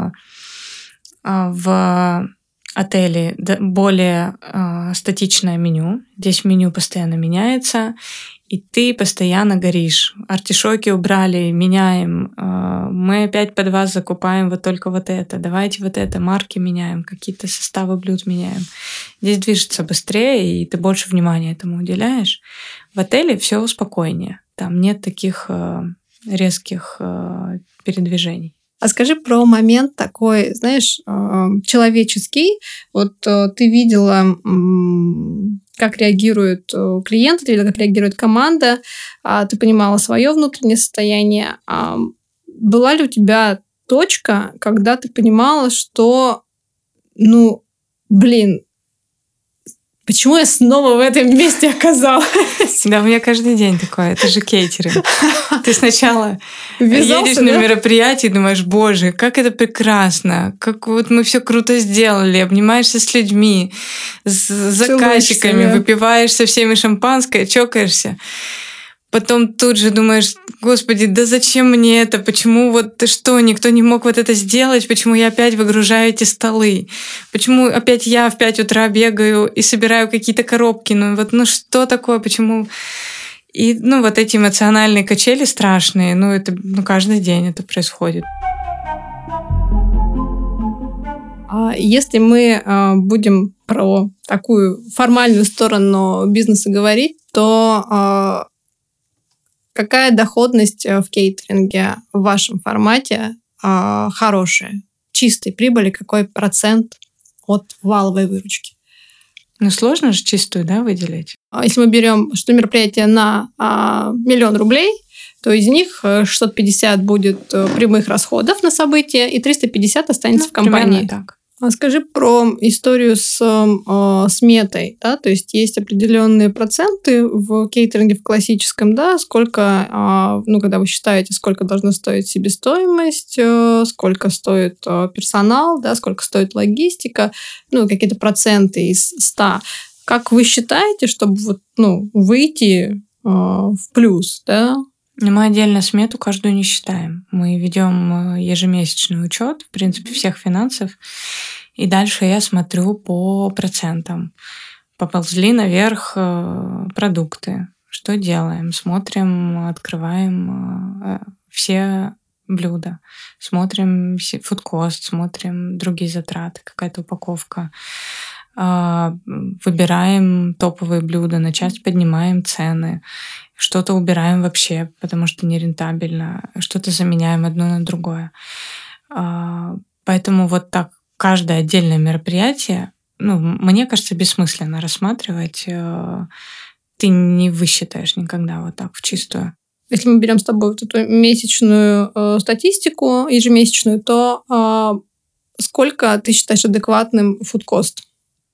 в отеле более статичное меню. Здесь меню постоянно меняется, и ты постоянно горишь. Артишоки убрали, меняем. Мы опять под вас закупаем только вот это. Давайте вот это. Марки меняем, какие-то составы блюд меняем. Здесь движется быстрее, и ты больше внимания этому уделяешь. В отеле все спокойнее. Там нет таких резких передвижений. А скажи про момент такой, знаешь, человеческий. Вот ты видела как реагируют клиенты, ты видела, как реагирует команда, ты понимала свое внутреннее состояние. Была ли у тебя точка, когда ты понимала, что, почему я снова в этом месте оказалась? Да, у меня каждый день такое. Это же кейтеринг. Ты сначала едешь на мероприятие и думаешь, боже, как это прекрасно, как вот мы все круто сделали, обнимаешься с людьми, с заказчиками, выпиваешь со всеми шампанское, чокаешься. Потом тут же думаешь, господи, да зачем мне это? Почему никто не мог вот это сделать? Почему я опять выгружаю эти столы? Почему опять я в 5 утра бегаю и собираю какие-то коробки? Что такое? Почему? И, вот эти эмоциональные качели страшные, это каждый день это происходит. Если мы будем про такую формальную сторону бизнеса говорить, то какая доходность в кейтеринге в вашем формате хорошая? Чистой прибыли какой процент от валовой выручки? Сложно же чистую, выделить. Если мы берем, что мероприятие на 1 000 000 рублей, то из них 650 будет прямых расходов на событие, и 350 останется в компании. Так. Скажи про историю с сметой, да, то есть есть определенные проценты в кейтеринге в классическом, да, сколько, когда вы считаете, сколько должна стоить себестоимость, сколько стоит персонал, да, сколько стоит логистика, какие-то проценты из 100. Как вы считаете, чтобы выйти в плюс, да? Мы отдельно смету каждую не считаем. Мы ведем ежемесячный учет, в принципе, всех финансов. И дальше я смотрю по процентам. Поползли наверх продукты. Что делаем? Смотрим, открываем все блюда. Смотрим фудкост, смотрим другие затраты, какая-то упаковка. Выбираем топовые блюда, на часть поднимаем цены. Что-то убираем вообще, потому что нерентабельно. Что-то заменяем одно на другое. Поэтому вот так каждое отдельное мероприятие, мне кажется, бессмысленно рассматривать. Ты не высчитаешь никогда вот так в чистую. Если мы берем с тобой вот эту месячную статистику, ежемесячную, то сколько ты считаешь адекватным фудкост?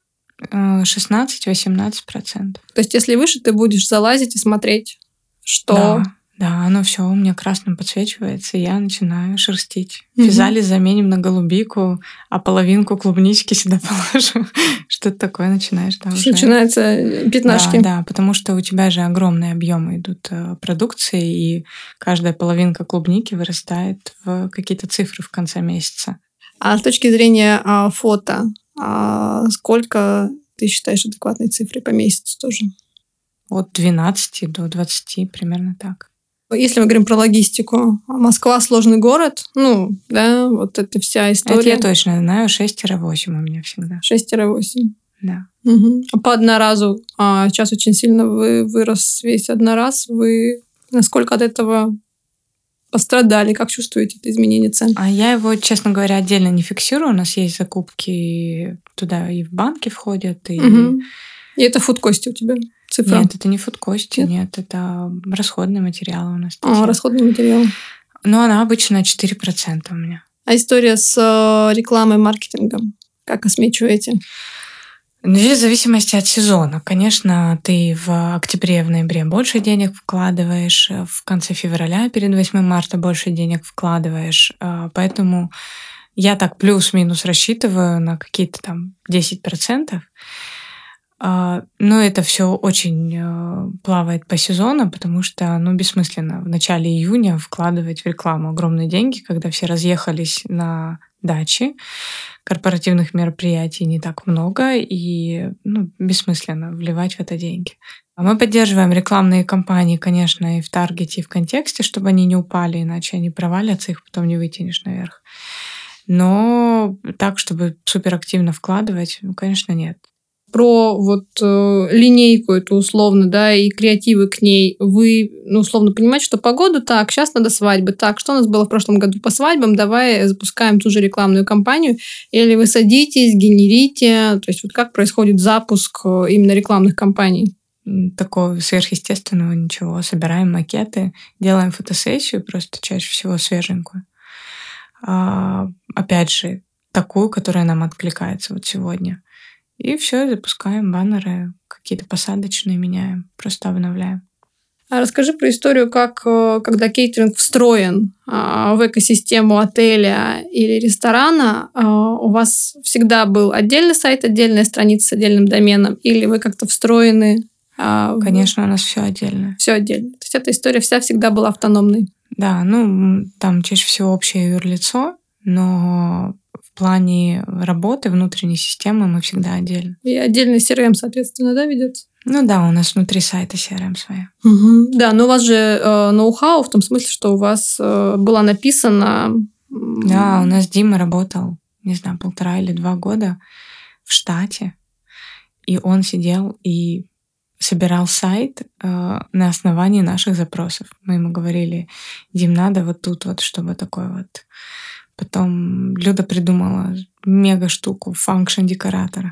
16-18%. То есть, если выше, ты будешь залазить и смотреть, что... Да, оно все у меня красным подсвечивается, и я начинаю шерстить. Физалис заменим на голубику, а половинку клубнички сюда положу. Что-то такое начинаешь. Да, уже. Начинаются пятнашки. Да, потому что у тебя же огромные объемы идут продукции, и каждая половинка клубники вырастает в какие-то цифры в конце месяца. А с точки зрения фото, сколько ты считаешь адекватной цифрой по месяцу тоже? От 12 до 20, примерно так. Если мы говорим про логистику, Москва сложный город, вот эта вся история. Это я точно знаю, 6-8 у меня всегда. 6-8. Да. Угу. А по одноразу, сейчас очень сильно вырос весь однораз, вы насколько от этого пострадали? Как чувствуете это изменение цен? А я его, честно говоря, отдельно не фиксирую. У нас есть закупки, туда и в банки входят. И это фудкости у тебя? Цифра? Нет, это не фудкости, нет, это расходные материалы у нас. Расходные материалы. Но она обычно 4% у меня. А история с рекламой, маркетингом? Как осмечиваете? Здесь в зависимости от сезона. Конечно, ты в октябре, в ноябре больше денег вкладываешь, в конце февраля перед 8 марта больше денег вкладываешь. Поэтому я так плюс-минус рассчитываю на какие-то там 10%. Но это все очень плавает по сезону, потому что, бессмысленно в начале июня вкладывать в рекламу огромные деньги, когда все разъехались на дачи, корпоративных мероприятий не так много, и бессмысленно вливать в это деньги. А мы поддерживаем рекламные кампании, конечно, и в таргете, и в контексте, чтобы они не упали, иначе они провалятся, их потом не вытянешь наверх. Но так, чтобы суперактивно вкладывать, конечно, нет. про вот линейку эту условно, да, и креативы к ней, вы, условно понимаете, что погода так, сейчас надо свадьбы, так, что у нас было в прошлом году по свадьбам, давай запускаем ту же рекламную кампанию, или вы садитесь, генерите, то есть вот как происходит запуск именно рекламных кампаний? Такого сверхъестественного ничего. Собираем макеты, делаем фотосессию, просто чаще всего свеженькую. Опять же, такую, которая нам откликается вот сегодня. И все, запускаем баннеры, какие-то посадочные меняем, просто обновляем. А расскажи про историю, как, когда кейтеринг встроен в экосистему отеля или ресторана, у вас всегда был отдельный сайт, отдельная страница с отдельным доменом, или вы как-то встроены? Конечно, у нас все отдельно. Все отдельно. То есть эта история вся всегда была автономной. Да, там чаще всего общее юрлицо, но в плане работы внутренней системы мы всегда отдельно. И отдельный CRM, соответственно, да, ведется? Да, у нас внутри сайта CRM своя. Угу. Да, но у вас же ноу-хау в том смысле, что у вас была написана... Да, у нас Дима работал, 1,5 или 2 года в штате, и он сидел и собирал сайт на основании наших запросов. Мы ему говорили: Дим, надо вот тут вот, чтобы такой вот. Потом Люда придумала мега штуку, функшн декоратора.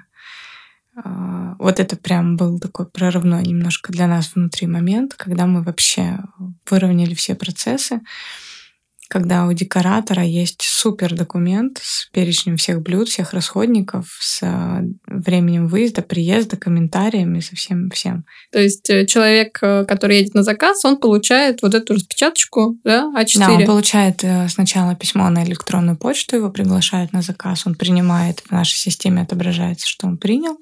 Вот это прям был такой прорывной немножко для нас внутри момент, когда мы вообще выровняли все процессы, когда у декоратора есть супер документ с перечнем всех блюд, всех расходников, с временем выезда, приезда, комментариями, со всем. То есть человек, который едет на заказ, он получает вот эту распечаточку, да, А4? Да, он получает сначала письмо на электронную почту, его приглашают на заказ, он принимает, в нашей системе отображается, что он принял,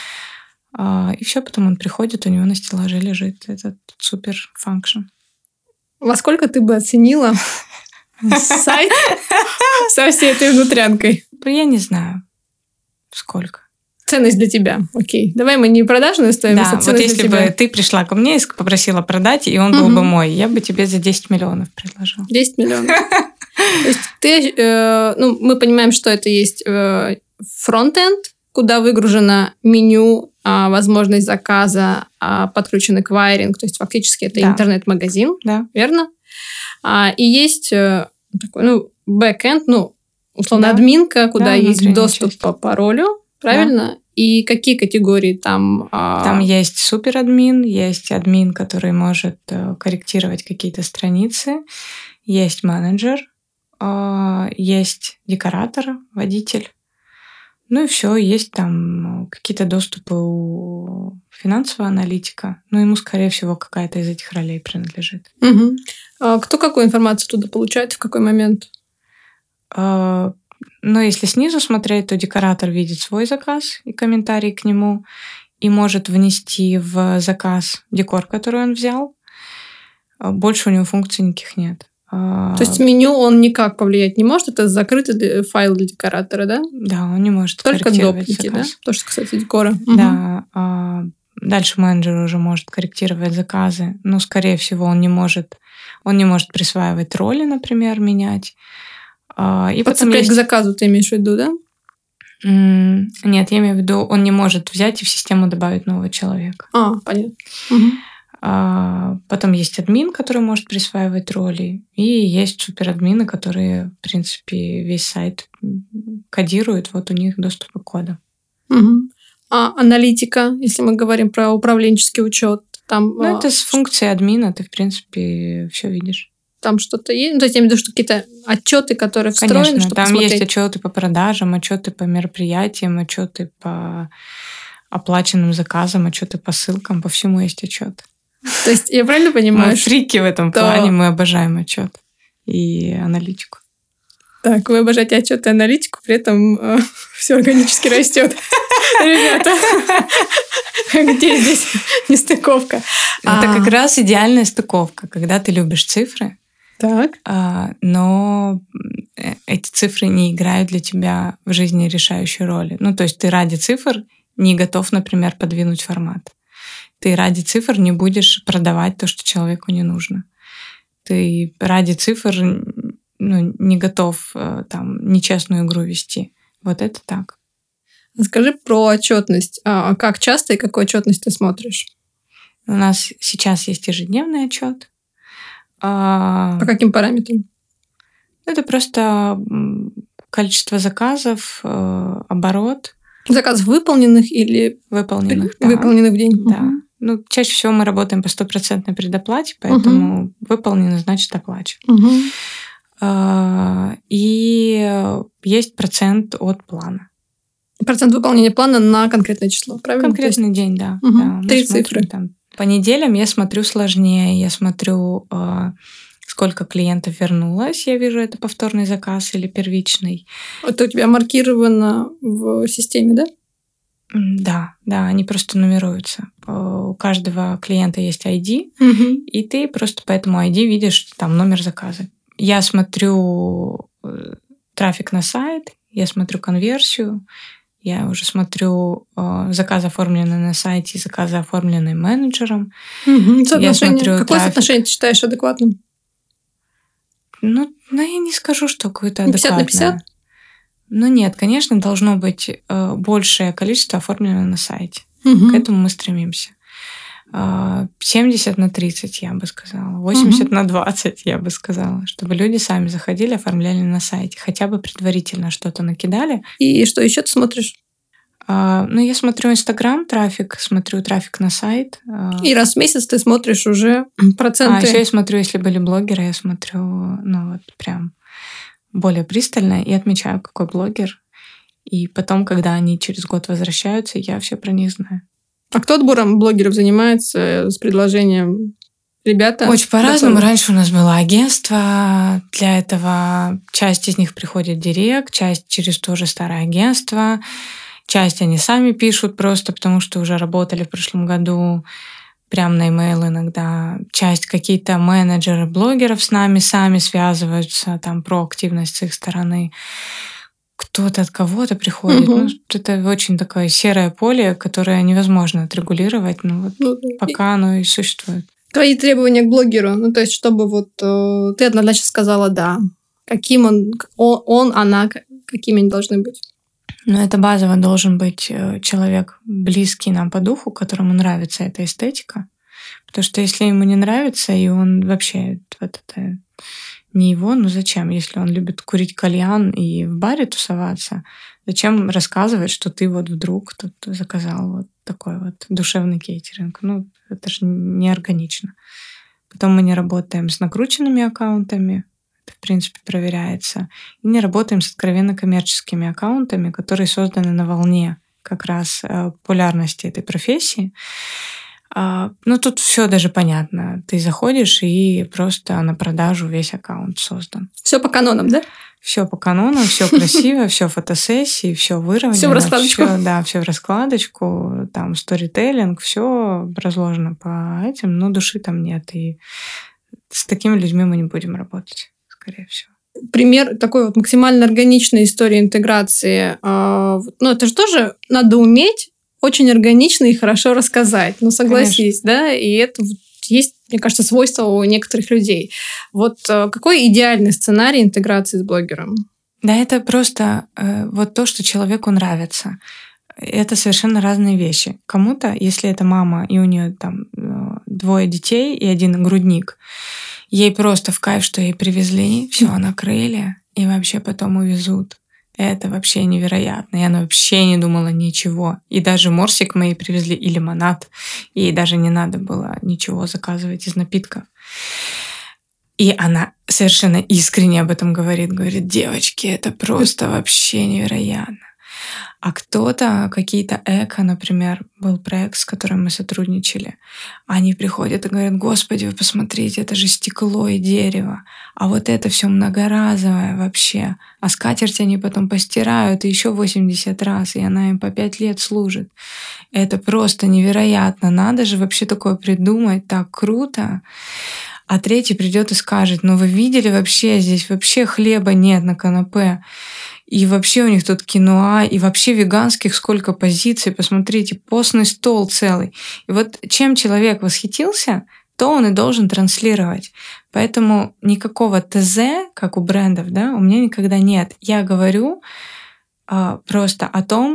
и все, потом он приходит, у него на стеллаже лежит этот супер функшн. Во сколько ты бы оценила сайт со всей этой внутрянкой? Я не знаю, сколько. Ценность для тебя. Окей. Давай мы не продажную стоимость, да, а ценность вот если для тебя. бы ты пришла ко мне и попросила продать, и он был бы мой, я бы тебе за 10 миллионов предложила. 10 миллионов. То есть ты, мы понимаем, что это есть фронт-энд, куда выгружено меню, возможность заказа, подключен эквайринг, то есть фактически это интернет-магазин, верно? И есть такой, бэкэнд, условно, админка, куда есть доступ по паролю, правильно? И какие категории там? Там есть суперадмин, есть админ, который может корректировать какие-то страницы, есть менеджер, есть декоратор, водитель. И все, есть там какие-то доступы у финансового аналитика. Ему, скорее всего, какая-то из этих ролей принадлежит. Угу. Кто какую информацию туда получает, в какой момент? Если снизу смотреть, то декоратор видит свой заказ и комментарий к нему, и может внести в заказ декор, который он взял. Больше у него функций никаких нет. То есть меню он никак повлиять не может? Это закрытый файл для декоратора, да? Да, он не может только корректировать допники, заказ. Да? То, что касается декора. Да. Дальше менеджер уже может корректировать заказы, но, скорее всего, он не может присваивать роли, например, менять. И подцеплять к заказу ты имеешь в виду, да? Нет, я имею в виду, он не может взять и в систему добавить нового человека. Понятно. Потом есть админ, который может присваивать роли, и есть суперадмины, которые, в принципе, весь сайт кодируют, вот у них доступ к коду. А аналитика, если мы говорим про управленческий учет, там... это с функцией админа, ты, в принципе, все видишь. Там что-то есть? То есть я имею в виду, что какие-то отчеты, которые встроены, конечно, чтобы там посмотреть. есть отчеты по продажам, отчеты по мероприятиям, отчеты по оплаченным заказам, отчеты по ссылкам, по всему есть отчет. То есть я правильно понимаю? Мы фрики в этом плане, мы обожаем отчет и аналитику. Так, вы обожаете отчет и аналитику, при этом все органически растет. Ребята, где здесь нестыковка? Это как раз идеальная стыковка, когда ты любишь цифры, так. Но эти цифры не играют для тебя в жизни решающей роли. То есть ты ради цифр не готов, например, подвинуть формат. Ты ради цифр не будешь продавать то, что человеку не нужно. Ты ради цифр не готов нечестную игру вести. Вот это так. Скажи про отчетность. Как часто и какую отчетность ты смотришь? У нас сейчас есть ежедневный отчет. По каким параметрам? Это просто количество заказов, оборот. Заказов выполненных или выполненных, да. Выполненных в день? Да. Ну, чаще всего мы работаем по 100% предоплате, поэтому выполнено, значит, оплачен. И есть процент от плана. Процент выполнения плана на конкретное число, правильно? Конкретный день, да. Да. 3 цифры. Там, по неделям я смотрю сложнее, я смотрю, сколько клиентов вернулось, я вижу, это повторный заказ или первичный. Это у тебя маркировано в системе, да? Да, они просто нумеруются. У каждого клиента есть ID, и ты просто по этому ID видишь там номер заказа. Я смотрю трафик на сайт, я смотрю конверсию, я уже смотрю заказы, оформленные на сайте, заказы, оформленные менеджером. Я смотрю какое соотношение ты считаешь адекватным? Ну, я не скажу, что какое-то адекватное. 50/50? Ну, нет, конечно, должно быть большее количество оформлено на сайте. К этому мы стремимся. 70/30, я бы сказала. 80/20, я бы сказала. Чтобы люди сами заходили, оформляли на сайте. Хотя бы предварительно что-то накидали. И что еще ты смотришь? Я смотрю Инстаграм трафик, смотрю трафик на сайт. И раз в месяц ты смотришь уже проценты. Еще я смотрю, если были блогеры, я смотрю, прям более пристально и отмечаю, какой блогер. И потом, когда они через год возвращаются, я все про них знаю. А кто отбором блогеров занимается с предложением? Ребята? Очень по-разному. Раньше у нас было агентство. Для этого часть из них приходит в директ, часть через то же старое агентство. Часть они сами пишут просто, потому что уже работали в прошлом году прямо на e-mail иногда. Часть какие-то менеджеры блогеров с нами сами связываются, там проактивность с их стороны. Кто-то от кого-то приходит. Это очень такое серое поле, которое невозможно отрегулировать. Пока оно и существует. Твои требования к блогеру, то есть чтобы ты однозначно сказала «да». Каким она, какими они должны быть? Это базово должен быть человек близкий нам по духу, которому нравится эта эстетика. Потому что если ему не нравится, и он вообще это не его, зачем? Если он любит курить кальян и в баре тусоваться, зачем рассказывать, что ты вдруг тут заказал такой душевный кейтеринг? Это же не органично. Потом мы не работаем с накрученными аккаунтами, это, в принципе, проверяется. И не работаем с откровенно коммерческими аккаунтами, которые созданы на волне как раз популярности этой профессии. Тут все даже понятно. Ты заходишь, и просто на продажу весь аккаунт создан. Все по канонам, да? Все по канонам, все красиво, все фотосессии, все выровнено. Все в раскладочку. Все в раскладочку, там сторителлинг, все разложено по этим, но души там нет. И с такими людьми мы не будем работать, скорее всего. Пример такой максимально органичной истории интеграции. Это же тоже надо уметь очень органично и хорошо рассказать. Согласись, конечно. Да? И это есть, мне кажется, свойство у некоторых людей. Какой идеальный сценарий интеграции с блогером? Да, это просто то, что человеку нравится. Это совершенно разные вещи. Кому-то, если это мама, и у нее там 2 детей и 1 грудник, ей просто в кайф, что ей привезли, все накрыли, и вообще потом увезут. Это вообще невероятно. И она вообще не думала ничего. И даже морсик мы ей привезли, и лимонад. Ей даже не надо было ничего заказывать из напитков. И она совершенно искренне об этом говорит. Говорит, девочки, это просто вообще невероятно. А кто-то, какие-то эко, например, был проект, с которым мы сотрудничали. Они приходят и говорят, господи, вы посмотрите, это же стекло и дерево. А это все многоразовое вообще. А скатерть они потом постирают еще 80 раз, и она им по 5 лет служит. Это просто невероятно. Надо же вообще такое придумать, так круто. А третий придет и скажет, вы видели вообще, здесь вообще хлеба нет на канапе. И вообще у них тут киноа, и вообще веганских сколько позиций. Посмотрите, постный стол целый. И чем человек восхитился, то он и должен транслировать. Поэтому никакого ТЗ, как у брендов, да, у меня никогда нет. Я говорю просто о том,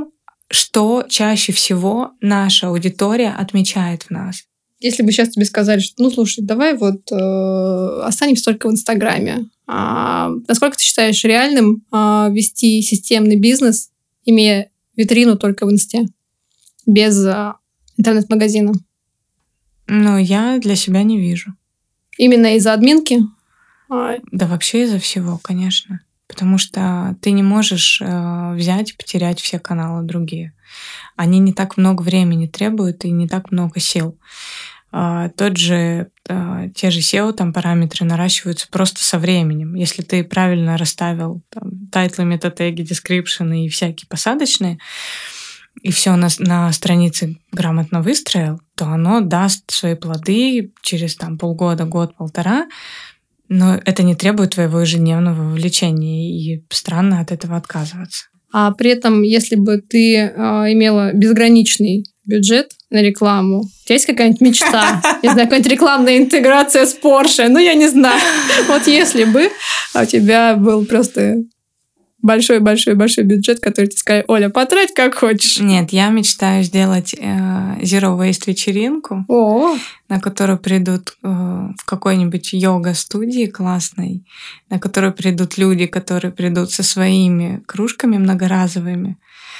что чаще всего наша аудитория отмечает в нас. Если бы сейчас тебе сказали, что, ну, слушай, давай вот останемся только в Инстаграме. Насколько ты считаешь реальным вести системный бизнес, имея витрину только в Инсте, без интернет-магазина? Ну, я для себя не вижу. Именно из-за админки? Да вообще из-за всего, конечно. Потому что ты не можешь взять и потерять все каналы другие. Они не так много времени требуют и не так много сил. Те же SEO, там параметры наращиваются просто со временем. Если ты правильно расставил тайтлы, метатеги, дескрипшены и всякие посадочные, и все на странице грамотно выстроил, то оно даст свои плоды через полгода, год-полтора, но это не требует твоего ежедневного вовлечения, и странно от этого отказываться. А при этом, если бы ты имела безграничный бюджет на рекламу, у тебя есть какая-нибудь мечта? Не знаю, какая-нибудь рекламная интеграция с Porsche? Ну, я не знаю. Вот если бы у тебя был просто большой-большой-большой бюджет, который тебе сказали: Оля, потрать как хочешь. Нет, я мечтаю сделать Zero Waste вечеринку, на которую придут в какой-нибудь йога-студии классной, на которую придут люди, которые придут со своими кружками многоразовыми.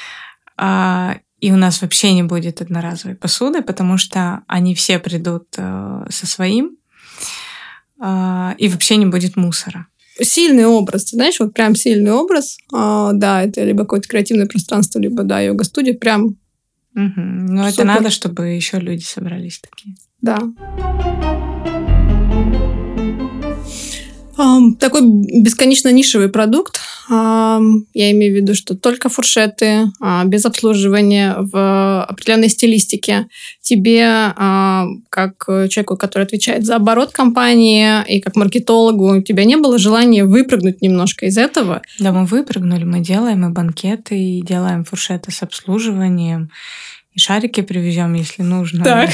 И у нас вообще не будет одноразовой посуды, потому что они все придут со своим, и вообще не будет мусора. Сильный образ, ты знаешь, вот прям сильный образ. Да, это либо какое-то креативное пространство, либо, да, йога-студия, прям. Но это надо, чтобы еще люди собрались такие. Да. Такой бесконечно нишевый продукт. Я имею в виду, что только фуршеты, без обслуживания, в определенной стилистике. Тебе, как человеку, который отвечает за оборот компании, и как маркетологу, у тебя не было желания выпрыгнуть немножко из этого? Да, мы выпрыгнули. Мы делаем и банкеты, и делаем фуршеты с обслуживанием, и шарики привезем, если нужно. Так.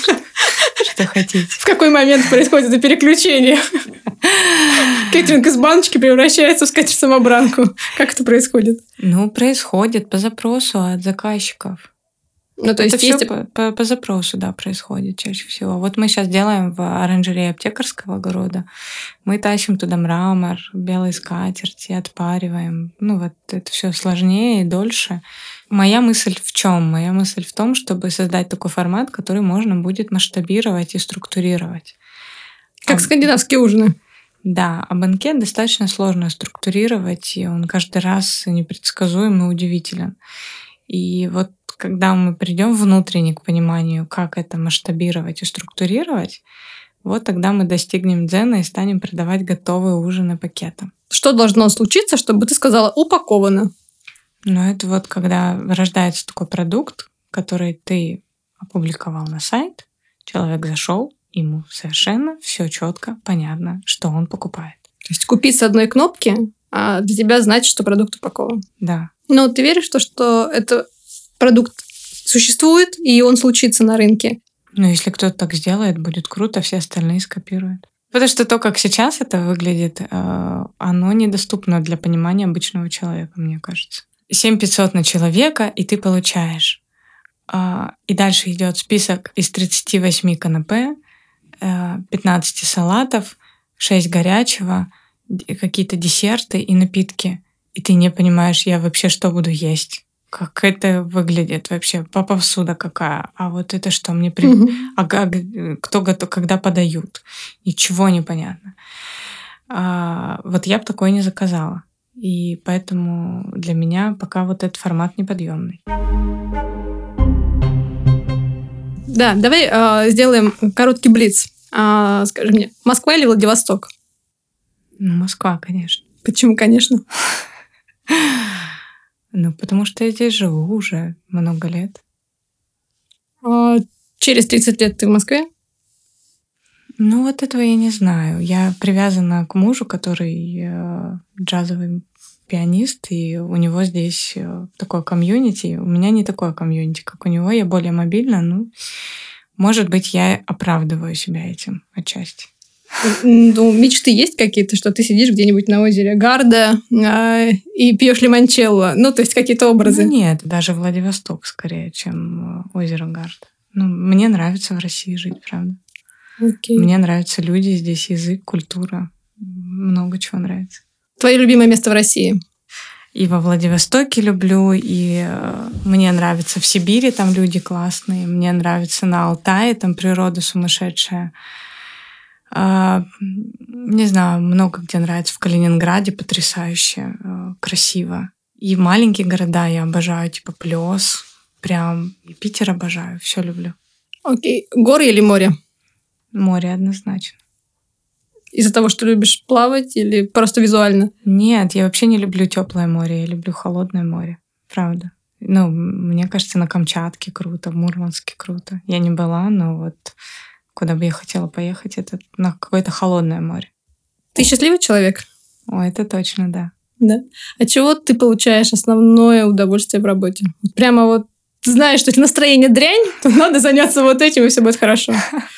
Что хотите. В какой момент происходит это переключение? Кейтеринг из баночки превращается в скатерть-самобранку. Как это происходит? Происходит по запросу от заказчиков. То есть по запросу, да, происходит чаще всего. Вот мы сейчас делаем в оранжерее аптекарского огорода. Мы тащим туда мрамор, белые скатерти, отпариваем. Вот это все сложнее и дольше. Моя мысль в чем? Моя мысль в том, чтобы создать такой формат, который можно будет масштабировать и структурировать. Как скандинавские ужины. Да, а банкет достаточно сложно структурировать, и он каждый раз непредсказуем и удивителен. И вот когда мы придем внутренне к пониманию, как это масштабировать и структурировать, вот тогда мы достигнем дзена и станем продавать готовые ужины пакетом. Что должно случиться, чтобы ты сказала «упаковано»? Это вот когда рождается такой продукт, который ты опубликовал на сайт, человек зашел, ему совершенно все четко, понятно, что он покупает. То есть купить с одной кнопки, а для тебя значит, что продукт упакован. Да. Но ты веришь в то, что этот продукт существует, и он случится на рынке? Если кто-то так сделает, будет круто, все остальные скопируют. Потому что то, как сейчас это выглядит, оно недоступно для понимания обычного человека, мне кажется. 7500 на человека, и ты получаешь. И дальше идет список из 38 канапе, 15 салатов, 6 горячего, какие-то десерты и напитки. И ты не понимаешь, я вообще что буду есть? Как это выглядит вообще? Посуда какая? А вот это что мне кто готов, когда подают? Ничего не понятно. Вот я бы такое не заказала. И поэтому для меня пока вот этот формат неподъемный. Да, давай сделаем короткий блиц. Скажи мне, Москва или Владивосток? Москва, конечно. Почему, конечно? Потому что я здесь живу уже много лет. Через 30 лет ты в Москве? Вот этого я не знаю. Я привязана к мужу, который джазовый пианист, и у него здесь такое комьюнити. У меня не такое комьюнити, как у него. Я более мобильна. Может быть, я оправдываю себя этим отчасти. Ну, мечты есть какие-то, что ты сидишь где-нибудь на озере Гарда и пьешь лимончелло? Ну, то есть какие-то образы. Ну, нет, даже Владивосток скорее, чем озеро Гарда. Ну, мне нравится в России жить, правда. Окей. Мне нравятся люди здесь, язык, культура. Много чего нравится. Твое любимое место в России? И во Владивостоке люблю, и мне нравится в Сибири, там люди классные. Мне нравится на Алтае, там природа сумасшедшая. Не знаю, много где нравится. В Калининграде потрясающе, красиво. И маленькие города я обожаю, типа Плёс, прям. И Питер обожаю, все люблю. Окей. Горы или море? Море однозначно. Из-за того, что любишь плавать или просто визуально? Нет, я вообще не люблю теплое море, я люблю холодное море, правда. Ну, мне кажется, на Камчатке круто, в Мурманске круто. Я не была, но вот куда бы я хотела поехать, это на какое-то холодное море. Ты счастливый человек? О, это точно, да. Да. От чего ты получаешь основное удовольствие в работе? Вот прямо вот ты знаешь, что если настроение дрянь, то надо заняться вот этим, и все будет хорошо.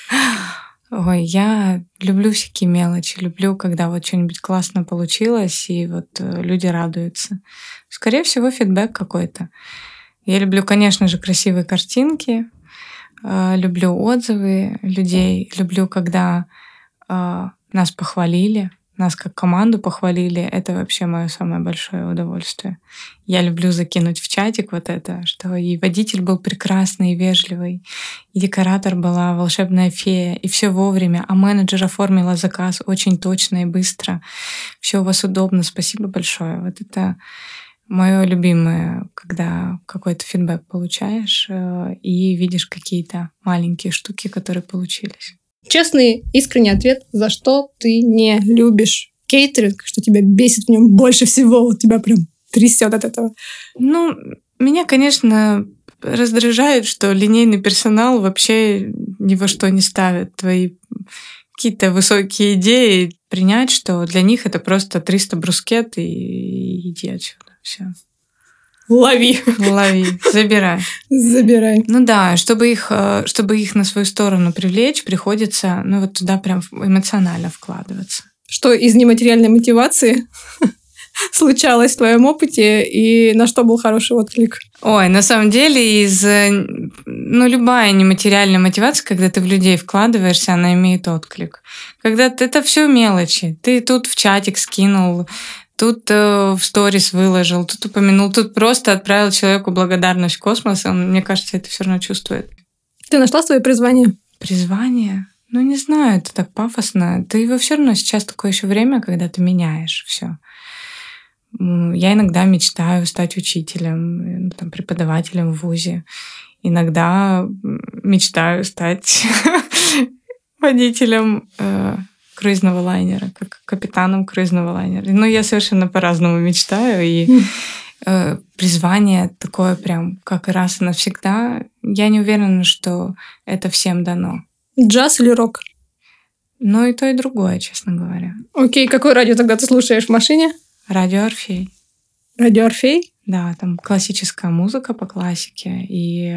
Ой, я люблю всякие мелочи, люблю, когда вот что-нибудь классно получилось, и вот люди радуются. Скорее всего, фидбэк какой-то. Я люблю, конечно же, красивые картинки, люблю отзывы людей, люблю, когда нас похвалили, нас как команду похвалили. Это вообще мое самое большое удовольствие. Я люблю закинуть в чатик вот это, что и водитель был прекрасный и вежливый, и декоратор была волшебная фея, и все вовремя, а менеджер оформила заказ очень точно и быстро. Все у вас удобно, спасибо большое. Вот это мое любимое, когда какой-то фидбэк получаешь и видишь какие-то маленькие штуки, которые получились. Честный, искренний ответ, за что ты не любишь кейтеринг, что тебя бесит в нем больше всего, вот тебя прям трясет от этого. Ну, меня, конечно, раздражает, что линейный персонал вообще ни во что не ставит твои какие-то высокие идеи, принять, что для них это просто 300 брускет и иди отсюда. Все. Лови. Лови, забирай. Забирай. Ну да, чтобы их на свою сторону привлечь, приходится, ну вот туда прям эмоционально вкладываться. Что из нематериальной мотивации случалось в твоем опыте и на что был хороший отклик? Ой, на самом деле любая нематериальная мотивация, когда ты в людей вкладываешься, она имеет отклик. Когда это все мелочи. Ты тут в чатик скинул, тут в сторис выложил, тут упомянул, тут просто отправил человеку благодарность в космос, он, мне кажется, это все равно чувствует. Ты нашла свое призвание? Призвание? Ну, не знаю, это так пафосно. Ты его все равно сейчас такое еще время, когда ты меняешь все. Я иногда мечтаю стать учителем, там, преподавателем в вузе. Иногда мечтаю стать водителем круизного лайнера, как капитаном круизного лайнера. Ну, я совершенно по-разному мечтаю, и призвание такое прям как раз и навсегда. Я не уверена, что это всем дано. Джаз или рок? Ну, и то, и другое, честно говоря. Окей, какое радио тогда ты слушаешь в машине? Радио Орфей. Радио Орфей? Да, там классическая музыка по классике. И,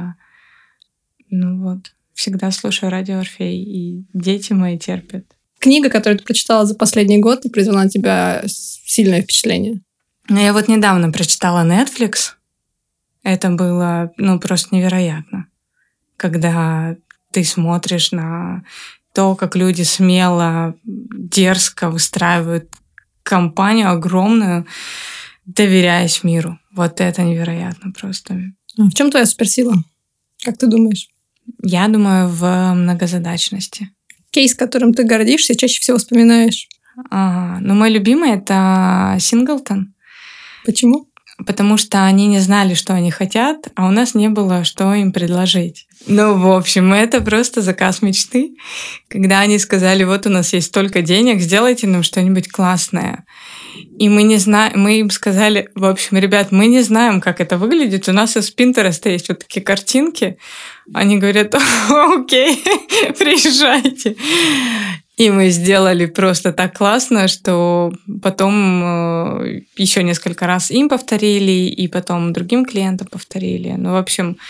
всегда слушаю Радио Орфей. И дети мои терпят. Книга, которую ты прочитала за последний год, произвела на тебя сильное впечатление? Я вот недавно прочитала Netflix. Это было, просто невероятно. Когда ты смотришь на то, как люди смело, дерзко выстраивают компанию огромную, доверяясь миру. Вот это невероятно просто. В чем твоя суперсила? Как ты думаешь? Я думаю, в многозадачности. Кейс, которым ты гордишься, чаще всего вспоминаешь? Мой любимый — это Синглтон. Почему? Потому что они не знали, что они хотят, а у нас не было, что им предложить. В общем, это просто заказ мечты. Когда они сказали, вот у нас есть столько денег, сделайте нам что-нибудь классное. И мы не знаем, мы им сказали, в общем, ребят, мы не знаем, как это выглядит. У нас из Пинтереста есть вот такие картинки. Они говорят, окей, приезжайте. И мы сделали просто так классно, что потом еще несколько раз им повторили, и потом другим клиентам повторили. В общем,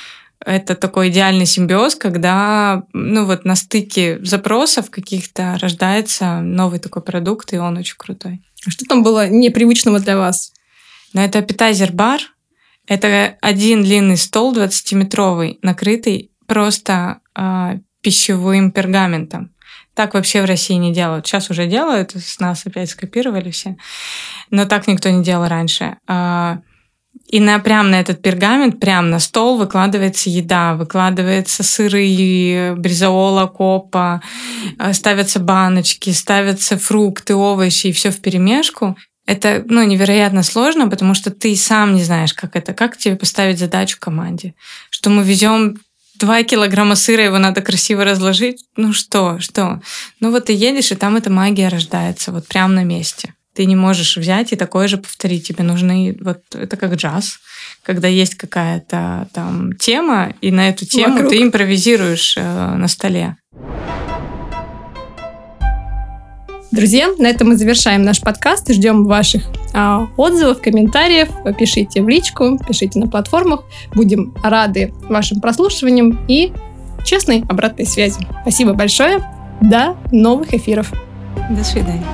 это такой идеальный симбиоз, когда на стыке запросов каких-то рождается новый такой продукт, и он очень крутой. Что там было непривычного для вас? Это аппетайзер-бар. Это один длинный стол 20-метровый, накрытый просто пищевым пергаментом. Так вообще в России не делают. Сейчас уже делают, с нас опять скопировали все. Но так никто не делал раньше. И прямо на этот пергамент, прямо на стол выкладывается еда, выкладываются сыры, бризола, копа, ставятся баночки, ставятся фрукты, овощи, и все вперемешку. Это невероятно сложно, потому что ты сам не знаешь, как тебе поставить задачу команде. Что мы везем 2 килограмма сыра, его надо красиво разложить. Что? Ты едешь, и там эта магия рождается, вот прямо на месте. Ты не можешь взять и такое же повторить. Тебе нужны... это как джаз, когда есть какая-то там тема, и на эту тему вокруг ты импровизируешь на столе. Друзья, на этом мы завершаем наш подкаст и ждем ваших отзывов, комментариев. Пишите в личку, пишите на платформах. Будем рады вашим прослушиваниям и честной обратной связи. Спасибо большое. До новых эфиров. До свидания.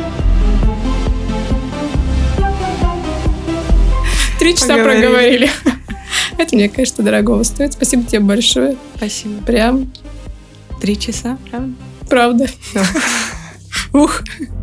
3 часа проговорили. Это, мне, конечно, дорогого стоит. Спасибо тебе большое. Спасибо. Прям 3 часа, правда? Правда. Ух.